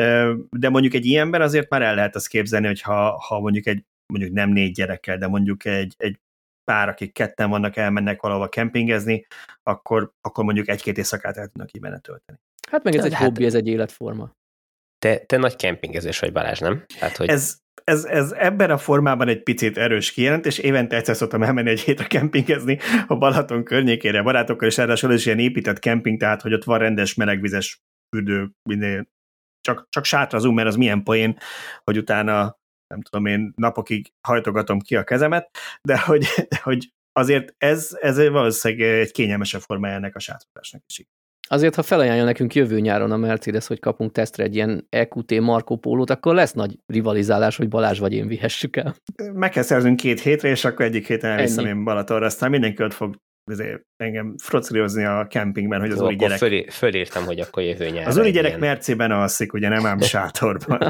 De mondjuk egy ilyenben azért már el lehet azt képzelni, hogy ha, ha mondjuk egy, mondjuk nem négy gyerekkel, de mondjuk egy, egy pár, akik ketten vannak, elmennek valahova kempingezni, akkor, akkor mondjuk egy-két éjszakát el tudnak így benne tölteni. Hát meg ez egy hát, hobbi, ez egy életforma. Te, te nagy kempingezés vagy, Balázs, nem? Tehát, hogy... ez, ez, ez ebben a formában egy picit erős kijelentés, évente egyszer szoktam elmenni egy hétre kempingezni a Balaton környékére, barátokkal, és ráadásul is ilyen épített kemping, tehát hogy ott van rendes melegvizes fürdő, minden, csak, csak sátrazunk, mert az milyen poén, hogy utána nem tudom én, napokig hajtogatom ki a kezemet, de hogy, hogy azért ez, ez valószínűleg egy kényelmesebb formája ennek a sátrazásnak is. Azért, ha felajánlja nekünk jövő nyáron a Mercedes, hogy kapunk tesztre egy ilyen é kú té Marco Pólót, akkor lesz nagy rivalizálás, hogy Balázs vagy én vihessük el. Meg kell szerzünk két hétre, és akkor egyik héten elviszem én Balatonra, aztán mindenki ott fog engem frociliozni a kempingben, hogy az Jó, úri gyerek... Fölé, fölírtam, hogy akkor jövő nyáron. Az úri gyerek ilyen... Mercében alszik, ugye nem ám sátorban.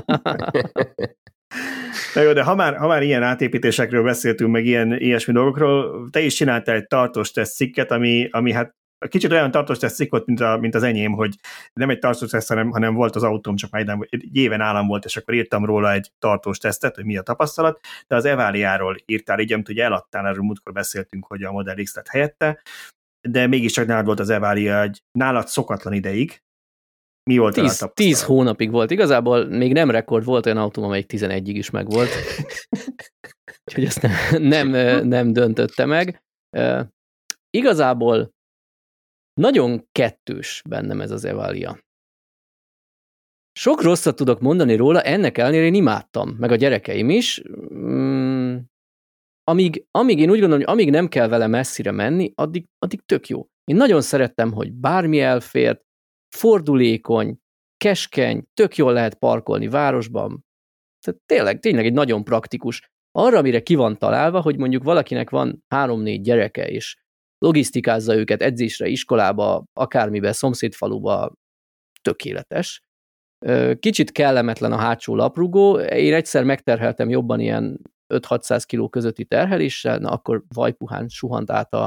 Na jó, de ha már, ha már ilyen átépítésekről beszéltünk, meg ilyen ilyesmi dolgokról, te is csináltál egy tartós teszt cikket, ami, ami hát kicsit olyan tartós teszt cikk volt, mint, a, mint az enyém, hogy nem egy tartós teszt, hanem, hanem volt az autóm, csak már egy éven állam volt, és akkor írtam róla egy tartós tesztet, hogy mi a tapasztalat, de az Eváliáról írtál így, amit ugye eladtál, erről múltkor beszéltünk, hogy a Model X lett helyette, de mégiscsak nálad volt az Evália egy nálad szokatlan ideig. Mi volt tíz, a tíz hónapig volt. Igazából még nem rekord, volt olyan autóm, amelyik tizenegyig is megvolt. Úgyhogy ezt nem, nem, nem döntötte meg. Uh, igazából nagyon kettős bennem ez az Evalia. Sok rosszat tudok mondani róla, ennek ellenére én imádtam, meg a gyerekeim is. Mm, amíg, amíg én úgy gondolom, hogy amíg nem kell vele messzire menni, addig, addig tök jó. Én nagyon szerettem, hogy bármi elfért, fordulékony, keskeny, tök jól lehet parkolni városban. Tehát tényleg, tényleg egy nagyon praktikus. Arra, amire ki van találva, hogy mondjuk valakinek van három-négy gyereke, és logisztikázza őket edzésre, iskolába, akármibe, szomszédfaluba, tökéletes. Kicsit kellemetlen a hátsó laprugó. Én egyszer megterheltem jobban ilyen öt-hatszáz kiló közötti terheléssel, na akkor vajpuhán suhant át a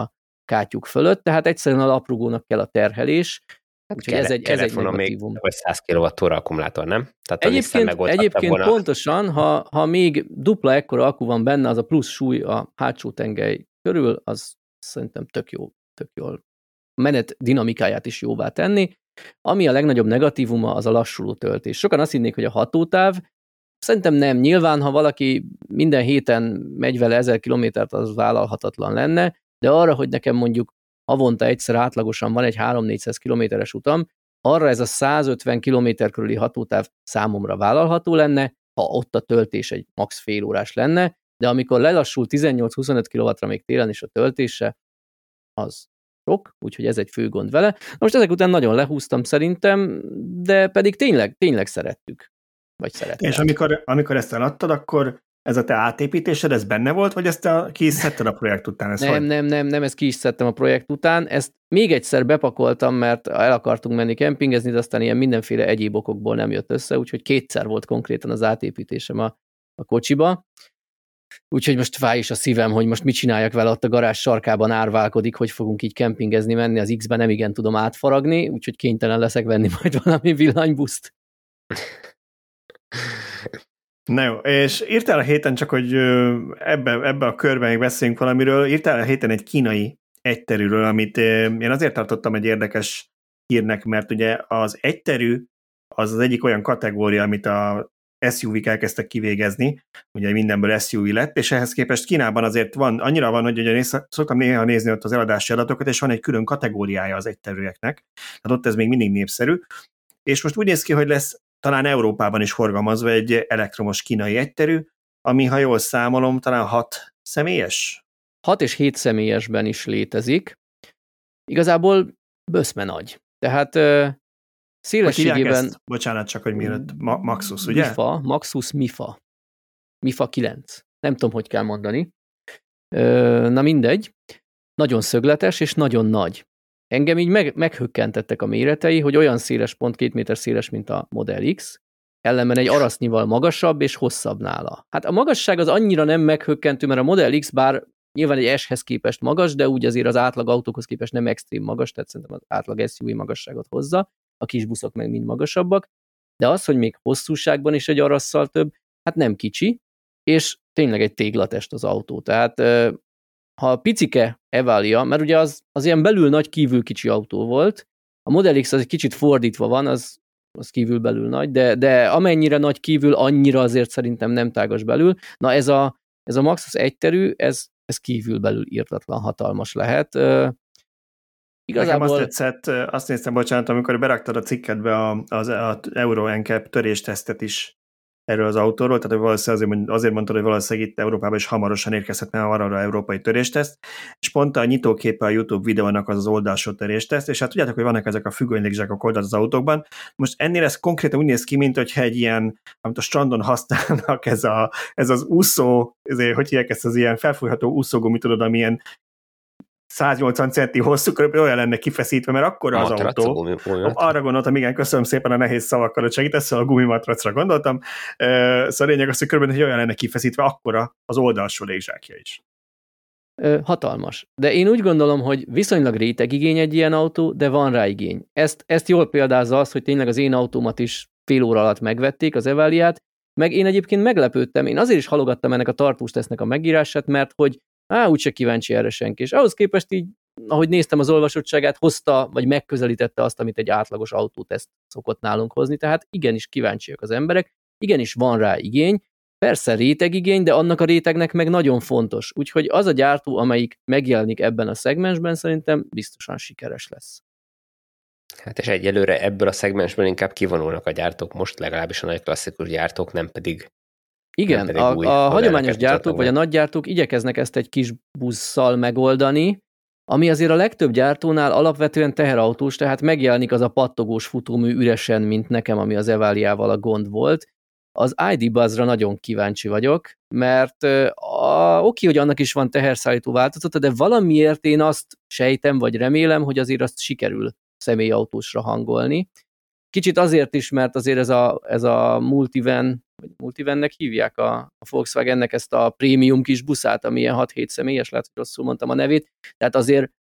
kátyuk fölött, tehát egyszerűen a laprugónak kell a terhelés, úgyhogy ez egy, ez egy negatívum. Vagy száz kilowatt-óra akkumulátor, nem? Tehát egyébként egyébként volna. Pontosan, ha, ha még dupla ekkora akku van benne, az a plusz súly a hátsó tengely körül, az szerintem tök jó, tök jól a menet dinamikáját is jóvá tenni. Ami a legnagyobb negatívuma, az a lassuló töltés. Sokan azt hinnék, hogy a hatótáv, szerintem nem. Nyilván, ha valaki minden héten megy vele ezer kilométert, az vállalhatatlan lenne, de arra, hogy nekem mondjuk havonta egyszer átlagosan van egy három-négyszáz kilométeres utam, arra ez a százötven kilométer körüli hatótáv számomra vállalható lenne, ha ott a töltés egy max fél órás lenne, de amikor lelassul tizennyolc-huszonöt kilowattra még télen is a töltése, az sok, úgyhogy ez egy fő gond vele. Most ezek után nagyon lehúztam szerintem, de pedig tényleg, tényleg szerettük. Vagy szerettem. És amikor, amikor ezt eladtad, akkor ez a te átépítésed, ez benne volt, vagy ezt a, ki is szedted a projekt után? Nem, hogy? nem, nem, nem, ezt ki is szedtem a projekt után. Ezt még egyszer bepakoltam, mert el akartunk menni kempingezni, de aztán ilyen mindenféle egyéb okokból nem jött össze, úgyhogy kétszer volt konkrétan az átépítésem a, a kocsiba. Úgyhogy most fáj is a szívem, hogy most mit csináljak vele, ott a garázs sarkában árválkodik, hogy fogunk így kempingezni menni, az X-ben nem igen tudom átfaragni, úgyhogy kénytelen leszek venni majd valami villanybuszt. Na jó, és írtál a héten, csak hogy ebbe, ebbe a körben még beszéljünk valamiről, írtál a héten egy kínai egyterűről, amit én azért tartottam egy érdekes hírnek, mert ugye az egyterű az az egyik olyan kategória, amit a es u vé-k elkezdtek kivégezni, ugye mindenből es u vé lett, és ehhez képest Kínában azért van, annyira van, hogy ugye néz, szoktam néha nézni ott az eladási adatokat, és van egy külön kategóriája az egyterűeknek, tehát ott ez még mindig népszerű, és most úgy néz ki, hogy lesz talán Európában is forgalmazva egy elektromos kínai egyterű, ami, ha jól számolom, talán hat személyes? Hat és hét személyesben is létezik. Igazából böszme nagy. Tehát uh, szélességében... Ezt? Bocsánat, csak, hogy mielőtt Ma- Maxus, ugye? Mifa, Maxus Mifa. Mifa kilenc. Nem tudom, hogy kell mondani. Uh, na mindegy. Nagyon szögletes és nagyon nagy. Engem így meg, meghökkentettek a méretei, hogy olyan széles, pont két méter széles, mint a Model X, ellenben egy arasznyival magasabb és hosszabb nála. Hát a magasság az annyira nem meghökkentő, mert a Model X bár nyilván egy S-hez képest magas, de úgy azért az átlag autókhoz képest nem extrém magas, tehát szerintem az átlag es u vé magasságot hozza, a kis buszok meg mind magasabbak, de az, hogy még hosszúságban is egy arasszal több, hát nem kicsi, és tényleg egy téglatest az autó. Tehát ha a picike Evalia, mert ugye az, az ilyen belül nagy, kívül kicsi autó volt, a Model X az egy kicsit fordítva van, az, az kívül belül nagy, de, de amennyire nagy kívül, annyira azért szerintem nem tágas belül. Na ez a, ez a Maxus egyterű, ez, ez kívül belül írtatlan hatalmas lehet. Uh, igazából... Nekem azt tetszett, azt néztem, bocsánat, amikor beraktad a cikkedbe az, az Euro en cap töréstesztet is erről az autóról, tehát valószínűleg azért, azért mondtad, hogy valószínűleg itt Európában is hamarosan érkezhetne arra az európai törésteszt, és pont a nyitóképe a YouTube videónak az az oldalsó törésteszt, és hát tudjátok, hogy vannak ezek a függönylégzsákok oldalt az autókban. Most ennél ez konkrétan úgy néz ki, mint hogyha egy ilyen, amit a strandon használnak, ez, a, ez az úszó, ezért, hogy hívják ezt az ilyen felfújható úszógumi, tudod, amilyen száznyolcvan centi hosszú, körülbelül olyan lenne kifeszítve, mert akkor az matrac, autó. Gumi, gumi arra gondoltam, igen, köszönöm szépen a nehéz szavakkal, hogy segítesz, szóval a gumimatracra gondoltam. Szóval a lényeg az, hogy körülbelül olyan lenne kifeszítve, akkora az oldalsó légzsákja is. Hatalmas. De én úgy gondolom, hogy viszonylag rétegigény egy ilyen autó, de van rá igény. Ezt, ezt jól példázza az, hogy tényleg az én autómat is fél óra alatt megvették, az Evaliát, meg én egyébként meglepődtem, én azért is halogattam ennek a tartós tesznek a megírását, mert hogy á, úgyse kíváncsi erre senki. És ahhoz képest így, ahogy néztem az olvasottságát, hozta, vagy megközelítette azt, amit egy átlagos autóteszt szokott nálunk hozni, tehát igenis kíváncsiak az emberek, igenis van rá igény, persze rétegigény, de annak a rétegnek meg nagyon fontos. Úgyhogy az a gyártó, amelyik megjelenik ebben a szegmensben, szerintem biztosan sikeres lesz. Hát és egyelőre ebből a szegmensből inkább kivonulnak a gyártók, most legalábbis a nagy klasszikus gyártók, nem pedig Igen, nem pedig a, a hagyományos gyártók, vagy a nagy gyártók igyekeznek ezt egy kis busszal megoldani, ami azért a legtöbb gyártónál alapvetően teherautós, tehát megjelenik az a pattogós futómű üresen, mint nekem, ami az Evaliával a gond volt. Az i dé Buzzra nagyon kíváncsi vagyok, mert a, oké, hogy annak is van teherszállító változata, de valamiért én azt sejtem, vagy remélem, hogy azért azt sikerül személyautósra hangolni. Kicsit azért is, mert azért ez a, ez a multivan, vagy multivannek hívják a, a Volkswagennek ezt a prémium kis buszát, ami ilyen hat-hét személyes, lehet, hogy rosszul mondtam a nevét, tehát azért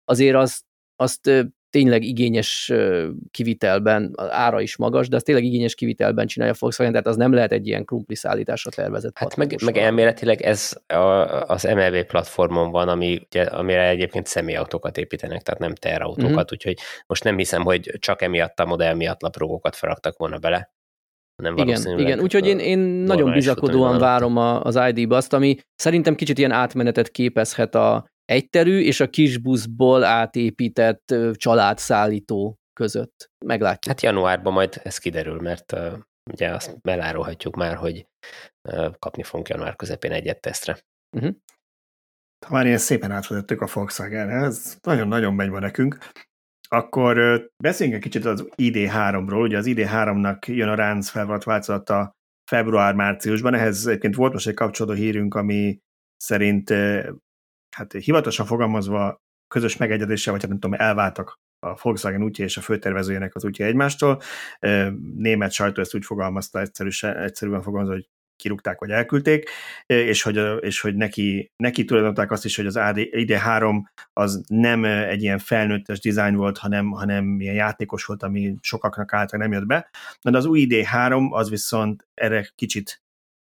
azért az, azt tényleg igényes kivitelben, az ára is magas, de az tényleg igényes kivitelben csinálja a Volkswagen, tehát az nem lehet egy ilyen krumpli szállításra tervezett. Hát meg, meg elméletileg ez a, az em el vé platformon van, ami, ugye, amire egyébként személyautókat építenek, tehát nem teherautókat, uh-huh. úgyhogy most nem hiszem, hogy csak emiatt a modell miatt laprógókat faragtak volna bele. Nem igen, igen, úgyhogy én, én nagyon bizakodóan várom a, az i dé buszt, ami szerintem kicsit ilyen átmenetet képezhet a egyterű és a kis buszból átépített családszállító között. Meglátjuk. Hát januárban majd ez kiderül, mert uh, ugye azt elárulhatjuk már, hogy uh, kapni fogunk január közepén egyet tesztre. Uh-huh. Ha már ilyen szépen átvezettük a Volkswagen, ez nagyon-nagyon megy van nekünk, akkor uh, beszéljünk egy kicsit az i dé háromról. Ugye az i dé háromnak jön a ránc felvonat változata február-márciusban, ehhez egyébként volt most egy kapcsolódó hírünk, ami szerint uh, hát hivatalosan fogalmazva közös megegyezéssel, vagy hát nem tudom, elváltak a Volkswagen útja és a főtervezőjének az útja egymástól. Német sajtó ezt úgy fogalmazta, egyszerűen fogalmazva, hogy kirúgták, vagy elküldték, és hogy, és hogy neki, neki tulajdonították azt is, hogy az i dé három az nem egy ilyen felnőttes dizájn volt, hanem, hanem ilyen játékos volt, ami sokaknak által nem jött be. De az új i dé három az viszont erre kicsit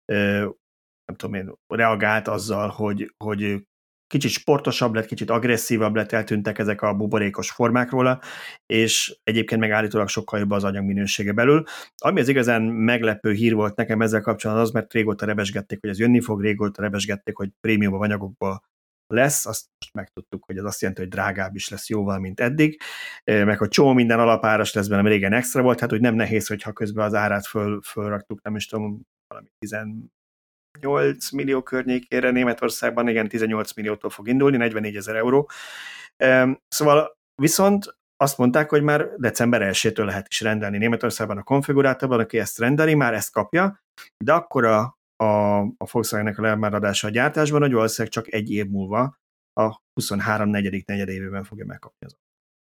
nem tudom én, reagált azzal, hogy, hogy kicsit sportosabb lett, kicsit agresszívabb lett, eltűntek ezek a buborékos formák róla, és egyébként meg állítólag sokkal jobb az anyagminősége belül. Ami az igazán meglepő hír volt nekem ezzel kapcsolatban az, mert régóta rebesgették, hogy ez jönni fog, régóta rebesgették, hogy prémium anyagokból lesz, azt megtudtuk, hogy az azt jelenti, hogy drágább is lesz jóval, mint eddig, meg hogy csomó minden alapáras lesz benne, régen extra volt, hát hogy nem nehéz, hogyha közben az árát föl, fölraktuk, nem is tudom, valami tizennyolc millió környékére, Németországban igen, tizennyolc milliótól fog indulni, negyvennégy ezer euró. Szóval viszont azt mondták, hogy már december elsejétől lehet is rendelni Németországban a konfigurátorban, aki ezt rendeli, már ezt kapja, de akkor a, a, a Volkswagen-nek a lemaradása a gyártásban, hogy valószínűleg csak egy év múlva a huszonhárom negyedik negyedévében fogja megkapni az.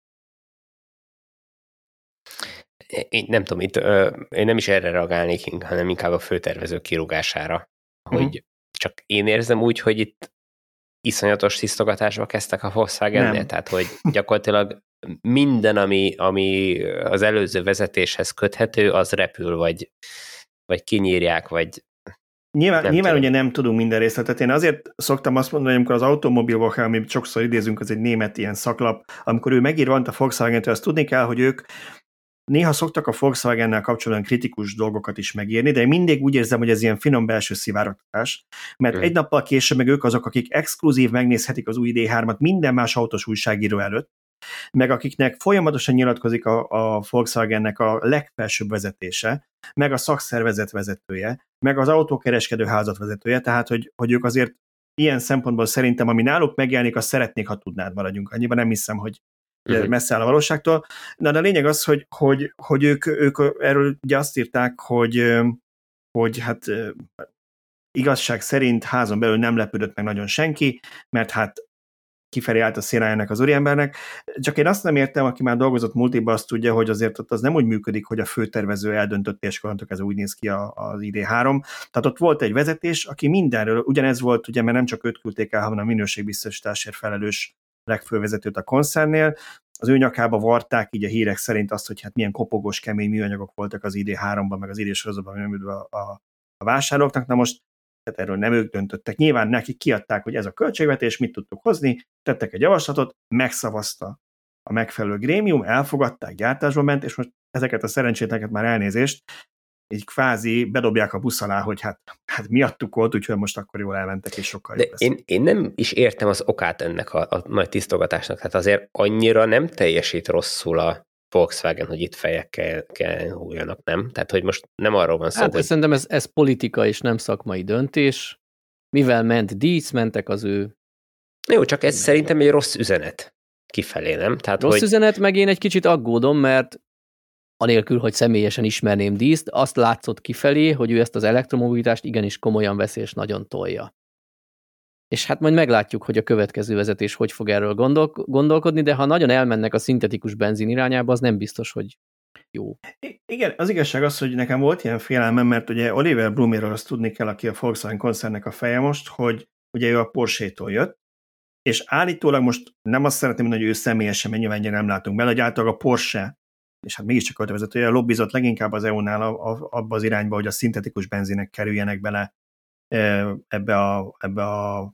Én nem tudom, itt ö, én nem is erre reagálnék, hanem inkább a főtervező kirúgására, hogy uh-huh. csak én érzem úgy, hogy itt iszonyatos tisztogatásba kezdtek a Volkswagen-nél, tehát hogy gyakorlatilag minden, ami, ami az előző vezetéshez köthető, az repül, vagy, vagy kinyírják, vagy Nyilván, nyilván ugye nem tudunk minden részletet. Én azért szoktam azt mondani, hogy amikor az automobilból, amit sokszor idézünk, az egy német ilyen szaklap, amikor ő megír valamit a Volkswagen-től, azt tudni kell, hogy ők néha szoktak a Volkswagen-nel kapcsolatban kritikus dolgokat is megírni, de én mindig úgy érzem, hogy ez ilyen finom belső szivárogtatás, mert mm. egy nappal később meg ők azok, akik exkluzív megnézhetik az új i dé hármat minden más autós újságíró előtt, meg akiknek folyamatosan nyilatkozik a, a Volkswagennek a legfelsőbb vezetése, meg a szakszervezet vezetője, meg az autókereskedő házat vezetője, tehát hogy, hogy ők azért ilyen szempontból szerintem, ami náluk megjelenik, azt szeretnék, ha tudnád, maradjunk annyiban, nem hiszem, hogy uh-huh. messze áll a valóságtól. De a lényeg az, hogy, hogy, hogy ők, ők erről ugye azt írták, hogy, hogy hát igazság szerint házon belül nem lepődött meg nagyon senki, mert hát kifelé állt a szénájának az úriembernek. Csak én azt nem értem, aki már dolgozott multiba, azt tudja, hogy azért ott az nem úgy működik, hogy a főtervező eldöntött, és onnantól ez úgy néz ki az i dé három. Tehát ott volt egy vezetés, aki mindenről, ugyanez volt, ugye, mert nem csak őt küldték el, hanem a minőségbiztosításért felelős legfővezetőt a koncernnél. Az ő nyakába varták így a hírek szerint azt, hogy hát milyen kopogós, kemény műanyagok voltak az i dé háromban, meg az i dé sorozatban nyomődve a, a, a vásárlóknak. Na most tehát erről nem ők döntöttek. Nyilván nekik kiadták, hogy ez a költségvetés, mit tudtuk hozni, tettek egy javaslatot, megszavazta a megfelelő grémium, elfogadták, gyártásba ment, és most ezeket a szerencsétleneket már elnézést, így kvázi bedobják a busz alá, hogy hát, hát miattuk volt, úgyhogy most akkor jól elmentek, és sokkal De jobb lesz. Én, én nem is értem az okát ennek a, a nagy tisztogatásnak, tehát azért annyira nem teljesít rosszul a Volkswagen, hogy itt fejekkel kell hújjanak, nem? Tehát, hogy most nem arról van szó, hát, hogy... szerintem ez, ez politika és nem szakmai döntés. Mivel ment dísz, mentek az ő... Jó, csak ez szerintem egy rossz üzenet kifelé, nem? Tehát, rossz hogy... üzenet, meg én egy kicsit aggódom, mert anélkül, hogy személyesen ismerném díszt, azt látszott kifelé, hogy ő ezt az elektromobilitást igenis komolyan veszi és nagyon tolja. És hát majd meglátjuk, hogy a következő vezetés hogy fog erről gondol- gondolkodni, de ha nagyon elmennek a szintetikus benzin irányába, az nem biztos, hogy jó. I- igen, az igazság az, hogy nekem volt ilyen félelmem, mert ugye Oliver Bluméről azt tudni kell, aki a Volkswagen koncernnek a feje most, hogy ugye ő a Porsche-tól jött, és állítólag most nem azt szeretném mondani, hogy ő személyesen mennyi ennyire nem látunk bele, hogy általában a Porsche, és hát mégiscsak öltövezetője, lobbizott leginkább az é u-nál abba az irányba, hogy a szintetikus benzinek kerüljenek bele ebbe a, ebbe a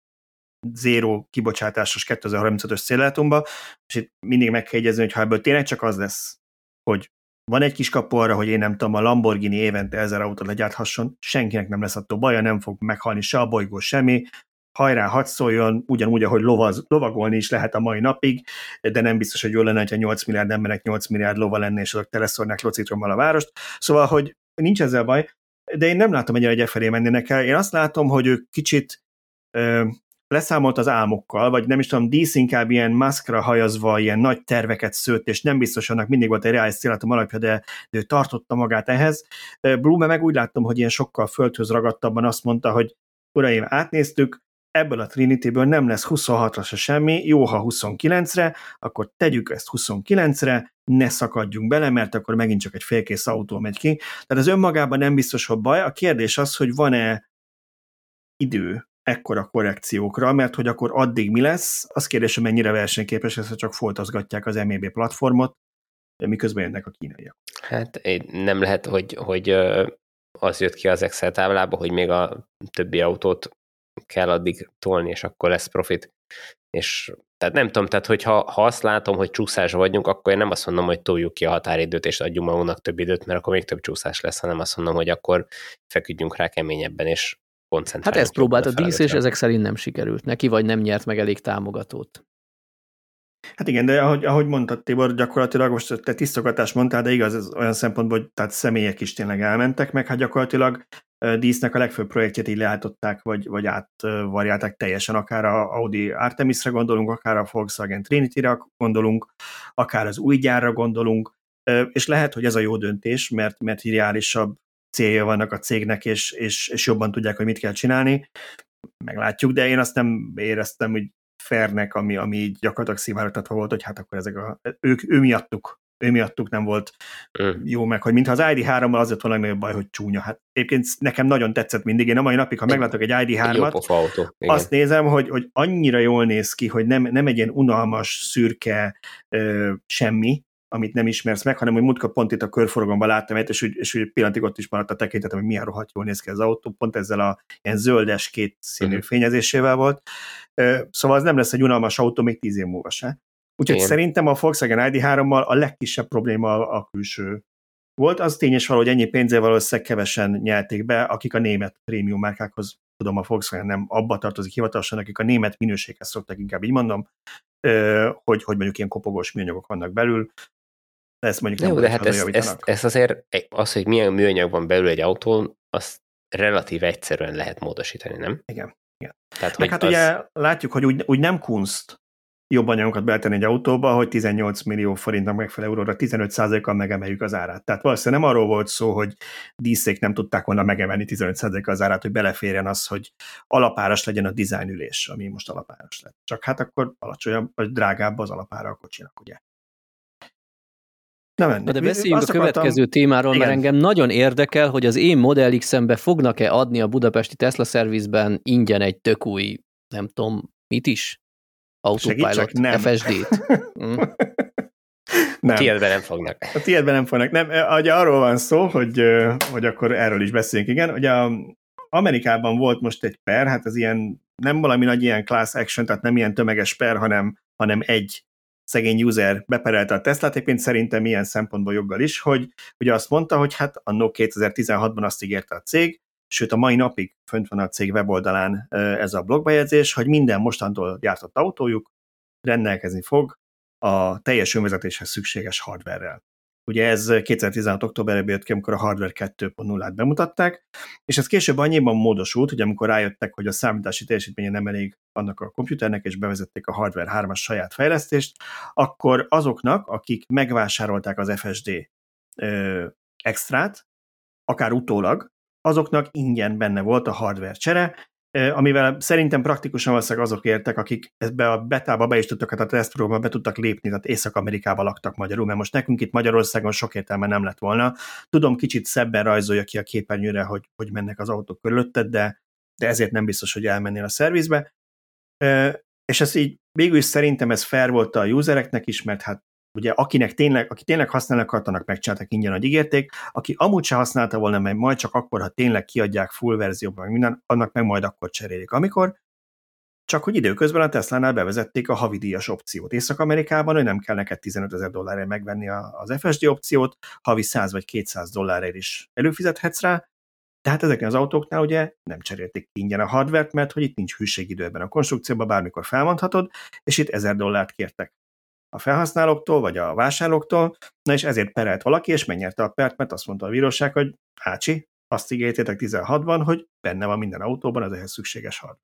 zéró kibocsátásos kétezer-harmincötös céldátumba, és itt mindig meg kell jegyezni, hogy ha ebből tényleg csak az lesz, hogy van egy kis kapu arra, hogy én nem tudom, a Lamborghini évente ezer autót legyárthasson, senkinek nem lesz attól baja, nem fog meghalni se a bolygó, semmi, hajrá, hadd szóljon, ugyanúgy, ahogy lovaz, lovagolni is lehet a mai napig, de nem biztos, hogy jól lenne, hogyha nyolc milliárd embernek nyolc milliárd lova lenne, és azok teleszórnák locitrommal a várost. Szóval, hogy nincs ezzel baj, de én nem látom egyre, hogy e felé mennének el. Én azt látom, hogy ők kicsit ö, leszámolt az álmokkal, vagy nem is tudom, dísz inkább ilyen maszkra hajazva, ilyen nagy terveket szőtt, és nem biztos, annak mindig volt egy reális célátum alapja, de, de ő tartotta magát ehhez. Blume meg úgy láttam, hogy ilyen sokkal földhöz ragadtabban azt mondta, hogy uraim, átnéztük, ebből a Trinityből nem lesz huszonhatra se semmi, jó, ha huszonkilencre, akkor tegyük ezt huszonkilencre, ne szakadjunk bele, mert akkor megint csak egy félkész autó megy ki. Tehát az önmagában nem biztos, hogy baj. A kérdés az, hogy van-e idő ekkora korrekciókra, mert hogy akkor addig mi lesz, az kérdés, hogy mennyire versenyképes lesz, ha csak foltozgatják az em é bé platformot, miközben jönnek a kínaiak. Hát nem lehet, hogy, hogy az jött ki az Excel táblába, hogy még a többi autót kell addig tolni, és akkor lesz profit. És tehát nem tudom, tehát hogyha ha azt látom, hogy csúszásra vagyunk, akkor én nem azt mondom, hogy toljuk ki a határidőt, és adjunk magunknak több időt, mert akkor még több csúszás lesz, hanem azt mondom, hogy akkor feküdjünk rá keményebben, és koncentráljunk. Hát ezt próbált a dísz, és ezek szerint nem sikerült neki, vagy nem nyert meg elég támogatót. Hát igen, de ahogy, ahogy mondtad, Tibor, gyakorlatilag most te tisztogatást mondtál, de igaz, ez olyan szempontból, hogy tehát személyek is tényleg elmentek, meg hát gyakorlatilag dísznek a legfőbb projektjét így leálltották, vagy, vagy átvariálták teljesen, akár a Audi Artemisre gondolunk, akár a Volkswagen Trinityre gondolunk, akár az új gyárra gondolunk, és lehet, hogy ez a jó döntés, mert, mert ideálisabb célja vannak a cégnek, és, és, és jobban tudják, hogy mit kell csinálni. Meglátjuk, de én azt nem éreztem, hogy fairnek, ami, ami így gyakorlatilag szivárogtatva volt, hogy hát akkor ezek a, ők, ő miattuk, ő miattuk nem volt mm. jó meg, hogy mintha az i dé hárommal az lett volna legnagyobb baj, hogy csúnya. Hát egyébként nekem nagyon tetszett mindig, én a mai napig, ha meglátok egy i dé hármat, azt nézem, hogy, hogy annyira jól néz ki, hogy nem, nem egy ilyen unalmas, szürke ö, semmi, amit nem ismersz meg, hanem hogy múltkor pont itt a körforgalomban láttam egyet, és úgy, és úgy pillanatig ott is maradt a tekintetem, hogy milyen rohadt jól néz ki az autó, pont ezzel a ilyen zöldes két színű uh-huh. fényezésével volt. Szóval az nem lesz egy unalmas autó még tíz év múlva se. Úgyhogy én. Szerintem a Volkswagen i dé hárommal a legkisebb probléma a külső volt. Az tényes való, hogy ennyi pénzzel valószínűleg kevesen nyelték be, akik a német prémium márkákhoz, tudom, a Volkswagen nem abba tartozik hivatalosan, akik a német minőséghez szoktak, inkább így mondom, hogy, hogy mondjuk ilyen kopogós műanyagok vannak belül. Ezt mondjuk nem Jó, de hát ezt, ezt, ezt azért, az, hogy milyen műanyag van belül egy autón, azt relatív egyszerűen lehet módosítani, nem? Igen. igen. Tehát, Meg hát az... ugye látjuk, hogy úgy, úgy nem kunst jobb anyagokat beletenni egy autóba, hogy tizennyolc millió forintnak megfelelő euróra tizenöt százalékkal megemeljük az árát. Tehát valószínűleg nem arról volt szó, hogy díszék nem tudták volna megemelni tizenöt százalékkal az árát, hogy beleférjen az, hogy alapáras legyen a dizájnülés, ami most alapáras lett. Csak hát akkor alacsonyabb, vagy drágább az alapára a kocsinak, ugye. Nem, de beszéljünk a következő akartam... témáról, igen. Mert engem nagyon érdekel, hogy az én Model X-embe fognak-e adni a budapesti Tesla Service-ben ingyen egy tök új, nem tudom, mit is? Autopilot, ef es dét. Mm. A tiédben nem fognak. A tiédben nem fognak. Nem, ugye arról van szó, hogy, hogy akkor erről is beszéljünk, igen. Ugye Amerikában volt most egy per, hát ez ilyen, nem valami nagy ilyen class action, tehát nem ilyen tömeges per, hanem, hanem egy szegény user beperelte a Teslát, egyébként szerintem ilyen szempontból joggal is, hogy ugye azt mondta, hogy hát anno kétezer-tizenhatban azt ígérte a cég, sőt a mai napig fönt van a cég weboldalán ez a blogbejegyzés, hogy minden mostantól gyártott autójuk rendelkezni fog a teljes önvezetéshez szükséges hardverrel. Ugye ez kétezer-tizenhat októberében jött ki, amikor a Hardware kettő pont nullát bemutatták, és ez később annyiban módosult, hogy amikor rájöttek, hogy a számítási teljesítménye nem elég annak a komputernek, és bevezették a Hardware hármas saját fejlesztést, akkor azoknak, akik megvásárolták az ef es dé ö, extrát, akár utólag, azoknak ingyen benne volt a hardware csere, amivel szerintem praktikusan valószínűleg azok értek, akik ebbe a betába be is tudtak, hát a tesztpróbába be tudtak lépni, tehát Észak-Amerikában laktak magyarul, mert most nekünk itt Magyarországon sok értelme nem lett volna. Tudom, kicsit szebben rajzolja ki a képernyőre, hogy, hogy mennek az autók körülötted, de, de ezért nem biztos, hogy elmennél a szervizbe. és ez így végül is szerintem ez fair volt a usereknek is, mert hát ugye akinek tényleg, aki tényleg használni akartanak, megcsináltak ingyen, hogy ígérték, aki amúgy se használta volna, mert majd csak akkor, ha tényleg kiadják full verzióban, meg minden, annak meg majd akkor cserélik. Amikor csak hogy időközben a Teslánál bevezették a havidíjas opciót. Észak-Amerikában, hogy nem kell neked tizenötezer dollárért megvenni az ef es dé opciót, havi száz vagy kétszáz dollárért is előfizethetsz rá, tehát ezeknél az autóknál ugye nem cserélték ingyen a hardvert, mert hogy itt nincs hűségidő ebben a konstrukcióban, bármikor felmondhatod, és itt ezer dollárt kértek a felhasználóktól, vagy a vásárlóktól, na és ezért perelt valaki, és megnyerte a pert, mert azt mondta a bíróság, hogy ácsi, azt ígértétek tizenhatban, hogy benne van minden autóban az ehhez szükséges hardware.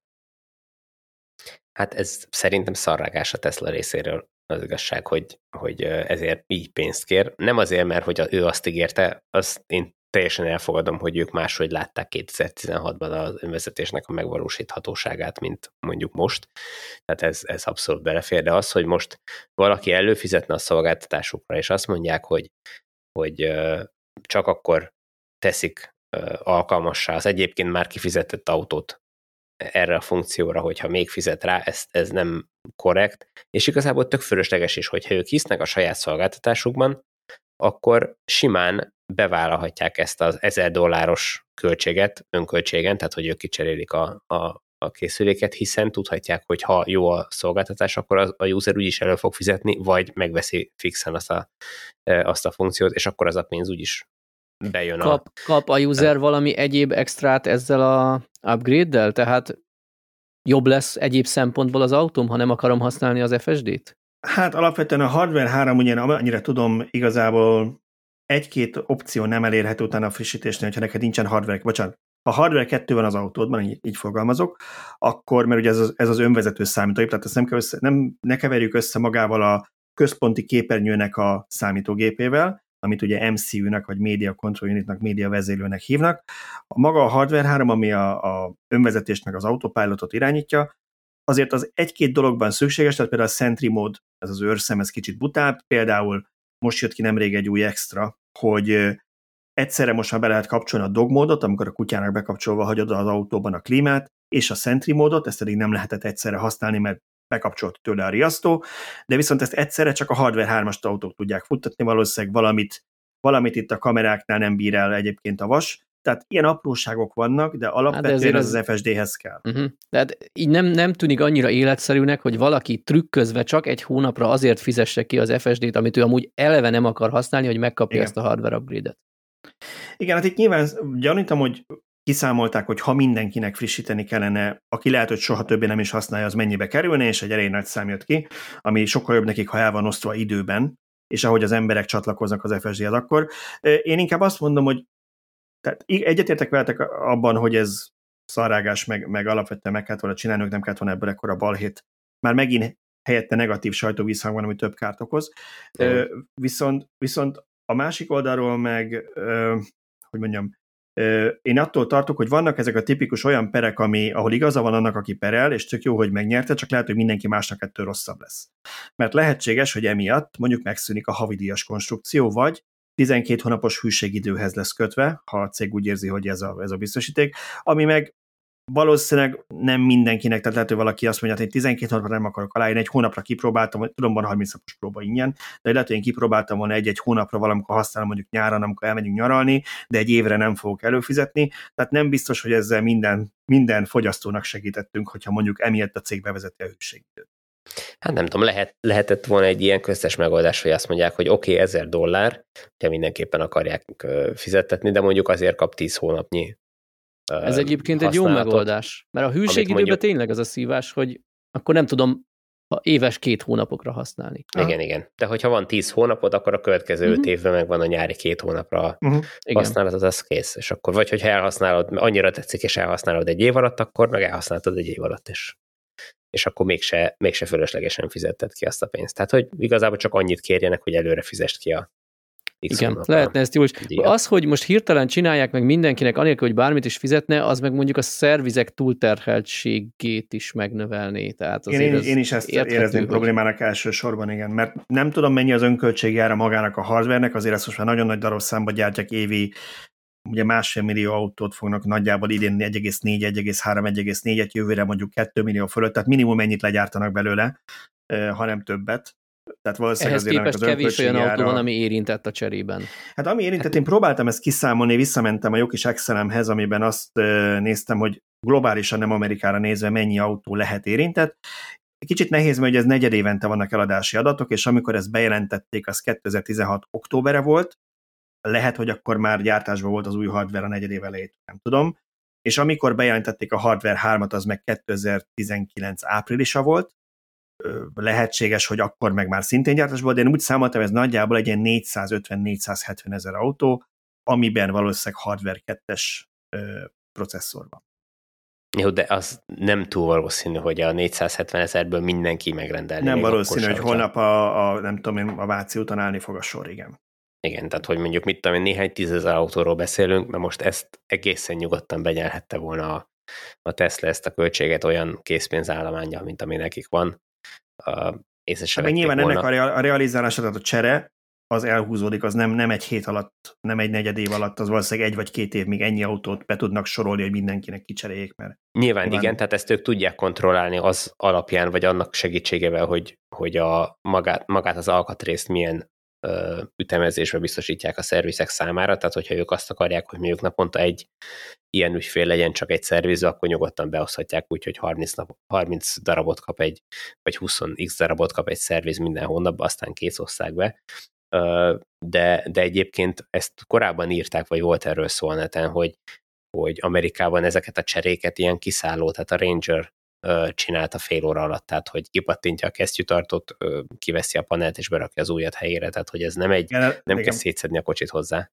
Hát ez szerintem szarrágás a Tesla részéről az igazság, hogy, hogy ezért így pénzt kér. Nem azért, mert hogy ő azt ígérte, azt én teljesen elfogadom, hogy ők máshogy látták kétezer-tizenhatban az önvezetésnek a megvalósíthatóságát, mint mondjuk most. Tehát ez, ez abszolút belefér, de az, hogy most valaki előfizetne a szolgáltatásukra, és azt mondják, hogy, hogy csak akkor teszik alkalmassá az egyébként már kifizetett autót erre a funkcióra, hogyha még fizet rá, ez, ez nem korrekt, és igazából tök fölösleges is, hogyha ők hisznek a saját szolgáltatásukban, akkor simán bevállalhatják ezt az ezer dolláros költséget, önköltségen, tehát hogy ők kicserélik a, a, a készüléket, hiszen tudhatják, hogy ha jó a szolgáltatás, akkor az, a user úgyis elő fog fizetni, vagy megveszi fixen azt a, azt a funkciót, és akkor az a pénz úgyis bejön. Kap, a... kap a user valami egyéb extrát ezzel a upgrade-del? Tehát jobb lesz egyéb szempontból az autóm, ha nem akarom használni az ef es dét? Hát alapvetően a Hardware három, ugye annyira tudom, igazából egy-két opció nem elérhető utána a frissítésnél, hogyha neked nincsen hardware, bocsánat, ha hardware kettő van az autódban, így, így fogalmazok, akkor, mert ugye ez az, ez az önvezető számítógép, tehát ezt nem, kell össze, nem ne keverjük össze magával a központi képernyőnek a számítógépével, amit ugye em cé u-nak, vagy Media Control Unitnak, média vezérlőnek hívnak. A maga a Hardware három, ami a, a önvezetést meg az autopilotot irányítja, azért az egy-két dologban szükséges, tehát például a Sentry Mode, ez az őrszem, ez kicsit butább, például most jött ki nemrég egy új extra, hogy egyszerre most már be lehet kapcsolni a dog módot, amikor a kutyának bekapcsolva hagyod az autóban a klímát, és a Sentry módot, ezt eddig nem lehetett egyszerre használni, mert bekapcsolt tőle a riasztó, de viszont ezt egyszerre csak a Hardware hármas autók tudják futtatni, valószínűleg valamit, valamit itt a kameráknál nem bír el egyébként a vas, tehát ilyen apróságok vannak, de alapvetően hát az, az ef es dé-hez kell. Uh-huh. Tehát így nem, nem tűnik annyira életszerűnek, hogy valaki trükközve csak egy hónapra azért fizesse ki az ef es dét, amit ő amúgy eleve nem akar használni, hogy megkapja Igen. ezt a hardware upgrade-et. Igen, hát itt nyilván gyanítom, hogy kiszámolták, hogy ha mindenkinek frissíteni kellene, aki lehet, hogy soha többé nem is használja, az mennyibe kerülne, és egy elég nagy szám jött ki, ami sokkal jobb nekik, ha el van osztva időben, és ahogy az emberek csatlakoznak az ef es dé-hez, akkor én inkább azt mondom, hogy tehát egyetértek veletek abban, hogy ez szarrágás, meg, meg alapvetően meg kellett volna csinálni, nem kellett volna ebből ekkora balhét. Már megint helyette negatív sajtóvízhang van, ami több kárt okoz. Ö, viszont, viszont a másik oldalról meg, ö, hogy mondjam, ö, én attól tartok, hogy vannak ezek a tipikus olyan perek, ami, ahol igaza van annak, aki perel, és tök jó, hogy megnyerte, csak lehet, hogy mindenki másnak ettől rosszabb lesz. Mert lehetséges, hogy emiatt mondjuk megszűnik a havidíjas konstrukció, vagy tizenkét hónapos hűségidőhez lesz kötve, ha a cég úgy érzi, hogy ez a, ez a biztosíték, ami meg valószínűleg nem mindenkinek, tehát lehet, hogy valaki azt mondja, hogy tizenkét hónapra nem akarok aláírni, egy hónapra kipróbáltam, tudom, van harminc napos próba ingyen, de lehet, hogy én kipróbáltam volna egy-egy hónapra valamikor használom mondjuk nyáron, amikor elmegyünk nyaralni, de egy évre nem fogok előfizetni, tehát nem biztos, hogy ezzel minden, minden fogyasztónak segítettünk, hogyha mondjuk emiatt a cég bevezeti a hűségidőt. Hát nem tudom, lehet, lehetett volna egy ilyen köztes megoldás, hogy azt mondják, hogy oké, okay, ezer dollár, hogyha mindenképpen akarják fizettetni, de mondjuk azért kap tíz hónapnyi Ez egyébként egy jó megoldás, mert a hűségidőben mondjuk... tényleg az a szívás, hogy akkor nem tudom ha éves két hónapokra használni. Igen, Aha. igen. De hogyha van tíz hónapod, akkor a következő öt uh-huh. évben meg van a nyári két hónapra uh-huh. használatod, az kész. És akkor vagy, hogyha elhasználod, annyira tetszik, és elhasználod egy év alatt, akkor meg elhasználtad egy év alatt is. És akkor mégse, mégse fölöslegesen fizetted ki azt a pénzt. Tehát, hogy igazából csak annyit kérjenek, hogy előre fizest ki a X Igen, lehetne ezt jól is. Az, hogy most hirtelen csinálják meg mindenkinek, anélkül, hogy bármit is fizetne, az meg mondjuk a szervizek túlterheltségét is megnövelné. Tehát én, én is ezt érthető, érezném hogy... problémának elsősorban, igen, mert nem tudom, mennyi az önköltség jár a magának a hardvernek, azért ezt most már nagyon nagy darabszámba gyártják évi ugye másfél millió autót fognak nagyjából idén egy egész négy, egy egész három, egy egész négyet, jövőre mondjuk két millió fölött, tehát minimum ennyit legyártanak belőle, hanem többet. Tehát valószínűleg ehhez képest kevés olyan autó van, ami érintett a cserében. Hát ami érintett, én próbáltam ezt kiszámolni, visszamentem a jó kis Excelemhez, amiben azt néztem, hogy globálisan, nem Amerikára nézve mennyi autó lehet érintett. Kicsit nehéz, mert ez negyed évente vannak eladási adatok, és amikor ezt bejelentették, az kétezer-tizenhat októbere volt, lehet, hogy akkor már gyártásban volt az új hardware a negyed év elejét, nem tudom, és amikor bejelentették a hardware hármat, az meg kétezer-tizenkilenc áprilisa volt, lehetséges, hogy akkor meg már szintén gyártásban, de én úgy számoltam, ez nagyjából egy ilyen négyszázötven-négyszázhetven ezer autó, amiben valószínűleg hardware kettes processzor van. Jó, de az nem túl valószínű, hogy a négyszázhetven ezerből mindenki megrendelni. Nem valószínű, hogy holnap a, a, nem tudom én, a Váci úton állni fog a sor, igen. Igen, tehát hogy mondjuk mit tudom én, néhány tízezer autóról beszélünk, mert most ezt egészen nyugodtan benyelhette volna a, a Tesla ezt a költséget olyan készpénzállománnyal, mint ami nekik van. Uh, észre se vették nyilván volna. ennek a realizálása, tehát a csere, az elhúzódik, az nem, nem egy hét alatt, nem egy negyed év alatt, az valószínűleg egy vagy két év, még ennyi autót be tudnak sorolni, hogy mindenkinek kicseréljék, mert... Nyilván, nyilván igen, tehát ezt ők tudják kontrollálni az alapján, vagy annak segítségével, hogy, hogy a magát, magát az alkatrészt milyen ö, ütemezésbe biztosítják a szervizek számára, tehát hogyha ők azt akarják, hogy mondjuk naponta egy ilyen ügyfél legyen csak egy szerviző, akkor nyugodtan beoszthatják úgy, hogy harminc, nap, harminc darabot kap egy, vagy húsz x darabot kap egy szerviz minden hónapban, aztán kész osszák be. De, de egyébként ezt korábban írták, vagy volt erről szó a neten, hogy, hogy Amerikában ezeket a cseréket ilyen kiszálló, tehát a Ranger csinálta fél óra alatt, tehát hogy kipattintja a kesztyűtartót, kiveszi a panelt és berakja az újat helyére, tehát hogy ez nem egy, igen, nem igen. kell szétszedni a kocsit hozzá.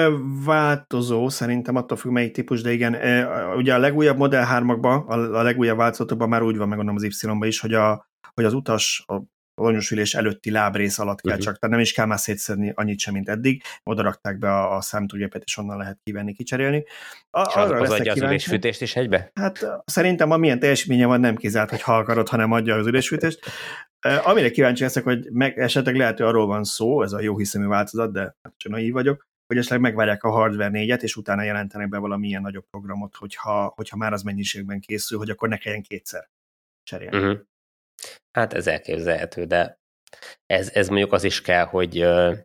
Változó, szerintem attól függ melyik típus, de igen, ugye a legújabb Model hármakban, a legújabb változatokban már úgy van, megmondom az Y-ba is, hogy, a, hogy az utas a vonyosülés előtti lábrész alatt kell uh-huh. csak, tehát nem is kell már szétszedni annyit sem, mint eddig. Oda rakták be a, a számítógépet, és onnan lehet kivenni, kicserélni. A, és az, az adja az ülésfűtést is egybe? Hát szerintem amilyen teljesítménye van, nem kizárt, hogy ha akarod, hanem adja az ülésfűtést. Amire kíváncsi leszek, hogy meg, esetleg lehet, hogy arról van szó, ez a jó hiszemű változat, de csak naív vagyok, hogy esetleg megvárják a hardware négyet, és utána jelentenek be valamilyen nagyobb programot, hogyha, hogyha már az mennyiségben készül, hogy akkor ne kelljen kétszer cserélni. Uh-huh. Hát ez elképzelhető, de ez, ez mondjuk az is kell, hogy,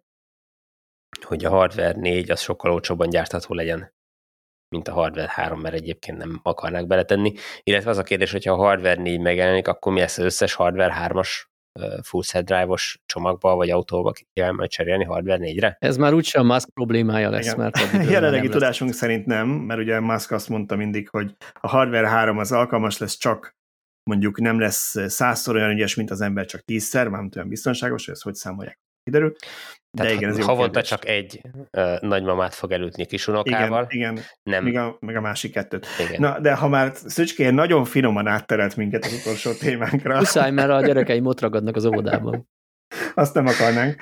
hogy a hardware négy az sokkal olcsóbban gyártható legyen, mint a hardware három, mert egyébként nem akarnák beletenni. Illetve az a kérdés, hogyha a hardware négy megjelenik, akkor mi lesz az összes hardware hármas full set drive-os csomagba, vagy autóba kell majd cserélni hardware négyre? Ez már úgysem Musk problémája lesz, igen. mert jelenlegi tudásunk lesz. Szerint nem, mert ugye Musk azt mondta mindig, hogy a hardware három az alkalmas lesz, csak mondjuk nem lesz százszor olyan ügyes, mint az ember, csak tízszer, mármint olyan biztonságos, hogy ezt hogy számolják, kiderül. De igen, ez havonta csak egy uh, nagymamát fog elütni kisunokával. Igen, igen. Nem. Még, a, még a másik kettőt. Igen. Na, de ha már Szücské nagyon finoman átterelt minket az utolsó témánkra. Muszáj, mert a gyerekeim ott ragadnak az óvodában. Azt nem akarnánk.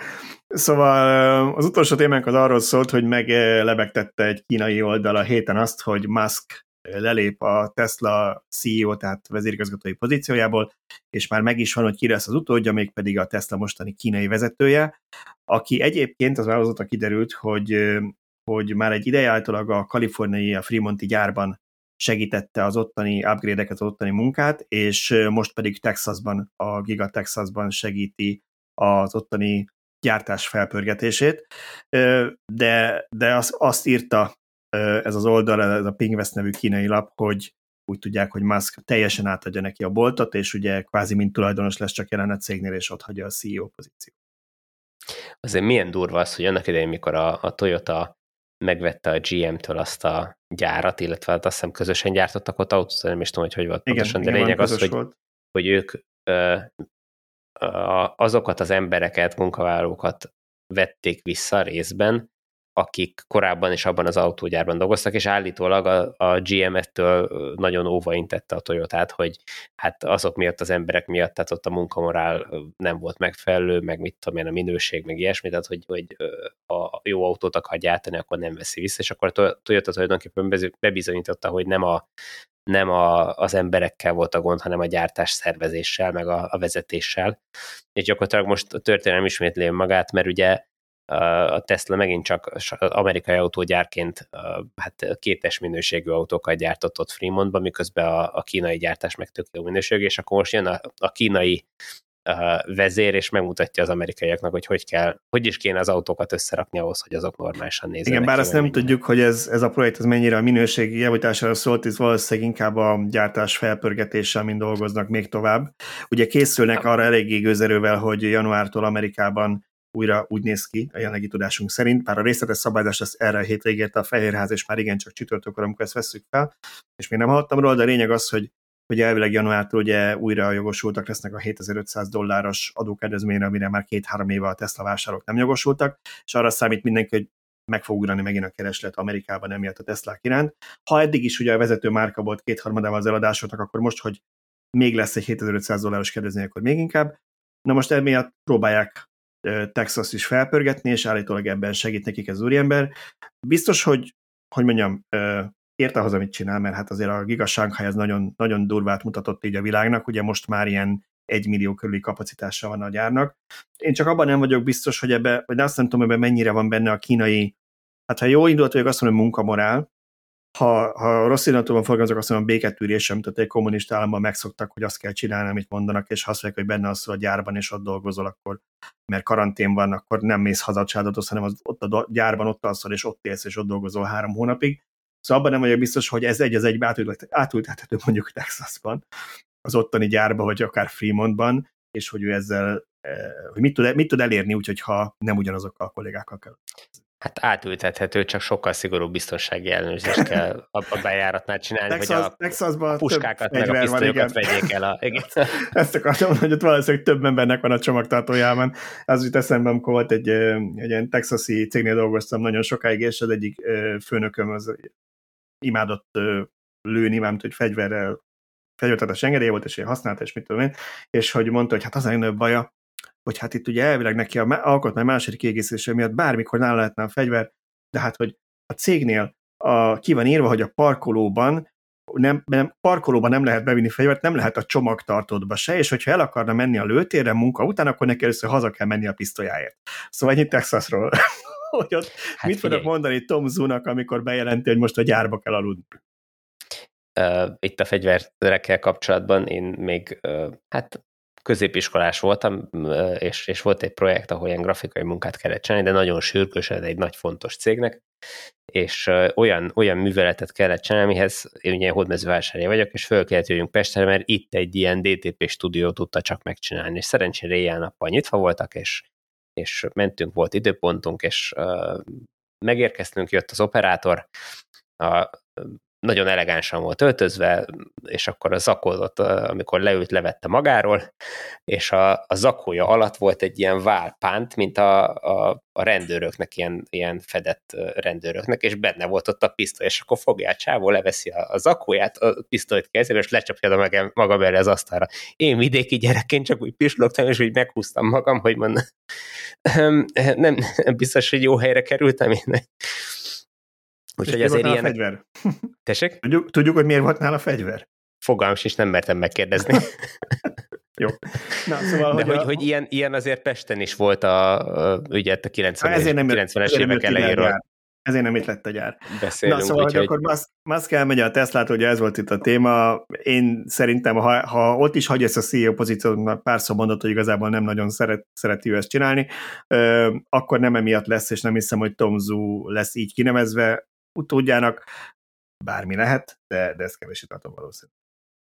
Szóval az utolsó témánk az arról szólt, hogy meglebegtette egy kínai oldal a héten azt, hogy Musk lelép a Tesla cé e o, tehát vezérigazgatói pozíciójából, és már meg is van, hogy ki lesz az utódja, mégpedig a Tesla mostani kínai vezetője, aki egyébként az változata kiderült, hogy, hogy már egy ideje általában a kaliforniai, a Fremonti gyárban segítette az ottani upgrade-eket, az ottani munkát, és most pedig Texasban, a Giga Texasban segíti az ottani gyártás felpörgetését, de, de az, azt írta ez az oldal, ez a Pingvest nevű kínai lap, hogy úgy tudják, hogy Musk teljesen átadja neki a boltot, és ugye kvázi mint tulajdonos lesz csak jelen a cégnél, és ott hagyja a cé e o pozíciót. Azért milyen durva az, hogy annak idején, mikor a, a Toyota megvette a gé em-től azt a gyárat, illetve azt hiszem közösen gyártottak ott autót, nem is tudom, hogy hogy volt igen, pontosan, igen, de lényeg az, hogy, volt. hogy ők ö, azokat az embereket, munkavállalókat vették vissza részben, akik korábban is abban az autógyárban dolgoztak, és állítólag a, a gé em-ettől nagyon óvaintette a Toyotát, hogy hát azok miatt, az emberek miatt, tehát ott a munkamorál nem volt megfelelő, meg mit tudom én, a minőség, meg ilyesmi, tehát hogy, hogy a jó autót akar gyártani, akkor nem veszi vissza, és akkor a Toyota tulajdonképpen bebizonyította, hogy nem, a, nem a, az emberekkel volt a gond, hanem a gyártás szervezéssel, meg a, a vezetéssel. És gyakorlatilag most a történelem ismétli magát, mert ugye a Tesla megint csak amerikai autógyárként hát kétes minőségű autókat gyártott ott Fremontban, miközben a, a kínai gyártás meg tök jó minőségű, és akkor most jön a, a kínai uh, vezér, és megmutatja az amerikaiaknak, hogy hogy kell, hogy is kéne az autókat összerakni ahhoz, hogy azok normálisan nézzenek. Igen, bár azt nem minden. tudjuk, hogy ez, ez a projekt ez mennyire a minőségi javítására szólt, ez valószínűleg inkább a gyártás felpörgetéssel, mint dolgoznak még tovább. Ugye készülnek arra eléggé gőzerővel, hogy januártól Amerikában újra úgy néz ki, a jelenlegi tudásunk szerint, bár a részletes szabályozás ezt erre a hétre ígérte a Fehérház, és már igencsak csütörtökor, amikor ezt vesszük fel, és még nem hallottam róla, de a lényeg az, hogy, hogy elvileg januártól ugye újra jogosultak lesznek a hétezer-ötszáz dolláros adókedvezményre, amire már két-három éve a Tesla vásárlók nem jogosultak, és arra számít mindenki, hogy meg fog ugrani megint a kereslet Amerikában emiatt a Teslák iránt. Ha eddig is ugye a vezető márka volt kétharmadával az eladásoknak, akkor most, hogy még lesz egy hétezer-ötszáz dolláros kedvezmény, akkor még inkább. Na most emiatt próbálják Texas is felpörgetni, és állítólag ebben segít nekik az úriember. Biztos, hogy, hogy mondjam, érte haza, mit csinál, mert hát azért a Giga Shanghai az nagyon, nagyon durvát mutatott így a világnak, ugye most már ilyen egy millió körüli kapacitása van a gyárnak. Én csak abban nem vagyok biztos, hogy ebbe, vagy azt nem tudom, ebben mennyire van benne a kínai, hát ha jó indulat vagyok, azt mondom, hogy munkamorál, ha, ha rossz indulatúban fogalmazok, azt mondom, a béketűrés, amit egy kommunista államban megszoktak, hogy azt kell csinálni, amit mondanak, és ha azt mondják, hogy benne az a gyárban, és ott dolgozol, akkor, mert karantén van, akkor nem mész haza a családodhoz, hanem az, ott a gyárban ott alszol, és ott élsz, és ott dolgozol három hónapig. Szóval abban nem vagyok biztos, hogy ez egy az egybe átültethető mondjuk Texasban, az ottani gyárba, vagy akár Fremontban, és hogy ő ezzel, hogy mit tud, mit tud elérni, úgyhogy ha nem ugyanazokkal a kollégákkal kell. Hát átültethető, csak sokkal szigorúbb biztonsági ellenőrzést kell a bejáratnál csinálni, Texas, hogy a, Texasban a puskákat meg a van, pisztolyokat vegyék el. A, igen. Ezt akartam mondani, hogy ott valószínűleg több embernek van a csomagtartójában. Az jut eszembe, amikor volt egy, egy ilyen texasi cégnél dolgoztam nagyon sokáig, és az egyik főnököm az imádott lőni, mármint, hogy fegyverrel fegyvertetes engedély volt, és én használta, és mit tudom én, és hogy mondta, hogy hát az a legnagyobb baja, hogy hát itt ugye elvileg neki a alkotmány második kiegészítése miatt bármikor nála lehetne a fegyver, de hát, hogy a cégnél a, ki van írva, hogy a parkolóban nem, nem, parkolóban nem lehet bevinni fegyvert, nem lehet a csomagtartódba se, és hogyha el akarna menni a lőtérre munka után, akkor neki először haza kell menni a pisztolyáért. Szóval ennyit Texasról. hogy ott hát mit fogok mondani Tom Zhu-nak, amikor bejelenti, hogy most a gyárba kell aludni? Uh, itt a fegyverekkel kapcsolatban én még uh, hát középiskolás voltam, uh, és, és volt egy projekt, ahol ilyen grafikai munkát kellett csinálni, de nagyon sürgősen egy nagy fontos cégnek, és uh, olyan, olyan műveletet kellett csinálni, amihez én ugye Hódmezővásárhelyi vagyok, és föl kellett jöjjünk Pestre, mert itt egy ilyen dé té pé stúdiót tudta csak megcsinálni, és szerencsére éjjel-nappal nyitva voltak, és, és mentünk, volt időpontunk, és uh, megérkeztünk, jött az operátor, a nagyon elegánsan volt öltözve, és akkor a zakódot, amikor leült, levette magáról, és a, a zakója alatt volt egy ilyen válpánt, mint a, a, a rendőröknek, ilyen, ilyen fedett rendőröknek, és benne volt ott a pisztoly, és akkor fogja a csávó, leveszi a, a zakóját, a pisztolyt kezébe, és lecsapja maga, maga belé az asztalra. Én vidéki gyerekként csak úgy pislogtam, és úgy meghúztam magam, hogy mondom, nem biztos, hogy jó helyre kerültem én. Úgyhogy azért ilyen... fegyver? Tessék? Tudjuk, tudjuk, hogy miért volt nála fegyver? Fogalmam is, nem mertem megkérdezni. Jó. Na, szóval, de hogy, hogy, a... hogy ilyen, ilyen azért Pesten is volt a, a ugye a kilencvenes évek elejéről. Ezért nem itt lett a gyár. Beszélünk, Na, szóval, úgy, hogy hogy... akkor Musk elmegy a Teslától, ugye ez volt itt a téma. Én szerintem, ha, ha ott is hagyja ezt a cé e o pozíciót, párszor mondott, hogy igazából nem nagyon szeret, szereti ő ezt csinálni, akkor nem emiatt lesz, és nem hiszem, hogy Tom Zhu lesz így kinevezve. Utódjának bármi lehet, de, de ezt kevésbé tartom valószínűleg.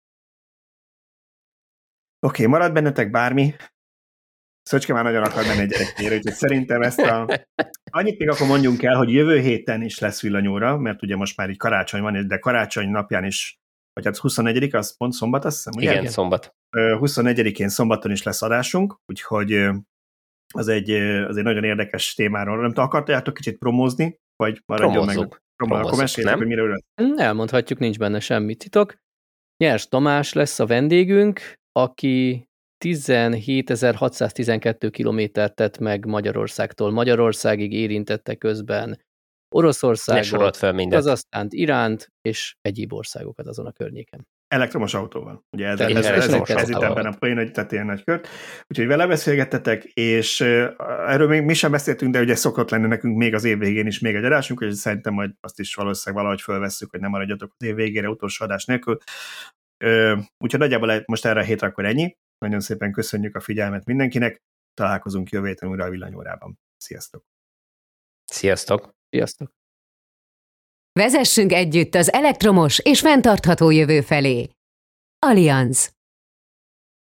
Oké, okay, marad bennetek bármi. Szöcske már nagyon akar menni egy gyerekére, úgyhogy szerintem ezt a... Annyit még akkor mondjunk el, hogy jövő héten is lesz villanyóra, mert ugye most már így karácsony van, de karácsony napján is, vagy hát huszonegyedik, az pont szombat, azt hiszem, ugye? Igen, szombat. huszonegyedikén szombaton is lesz adásunk, úgyhogy az egy, az egy nagyon érdekes témáról. Nem tudom, akartátok kicsit promózni, vagy maradjon meg? Promózzuk, akkor meséljetek, hogy mire ülök. Elmondhatjuk, nincs benne semmi titok. Nyers Tamás lesz a vendégünk, aki tizenhétezer-hatszáztizenkettő kilométert tett meg Magyarországtól Magyarországig, érintette közben Oroszországot, Kazahsztánt, Iránt és egyéb országokat azon a környéken. Elektromos autóval. Ugye ez, Tehát ez, ez, ez, elektromos ez itt autóval. ebben a poén, hogy tehát ilyen nagy kört. Úgyhogy vele beszélgettetek, és uh, erről még mi sem beszéltünk, de ugye szokott lenni nekünk még az év végén is még egy adásunk, és szerintem majd azt is valószínűleg valahogy fölvesszük, hogy nem maradjatok az év végére utolsó adás nélkül. Uh, úgyhogy nagyjából most erre a hétre akkor ennyi. Nagyon szépen köszönjük a figyelmet mindenkinek. Találkozunk jövő héten újra a villanyórában. Sziasztok! Sziasztok! Sziasztok! Vezessünk együtt az elektromos és fenntartható jövő felé. Allianz.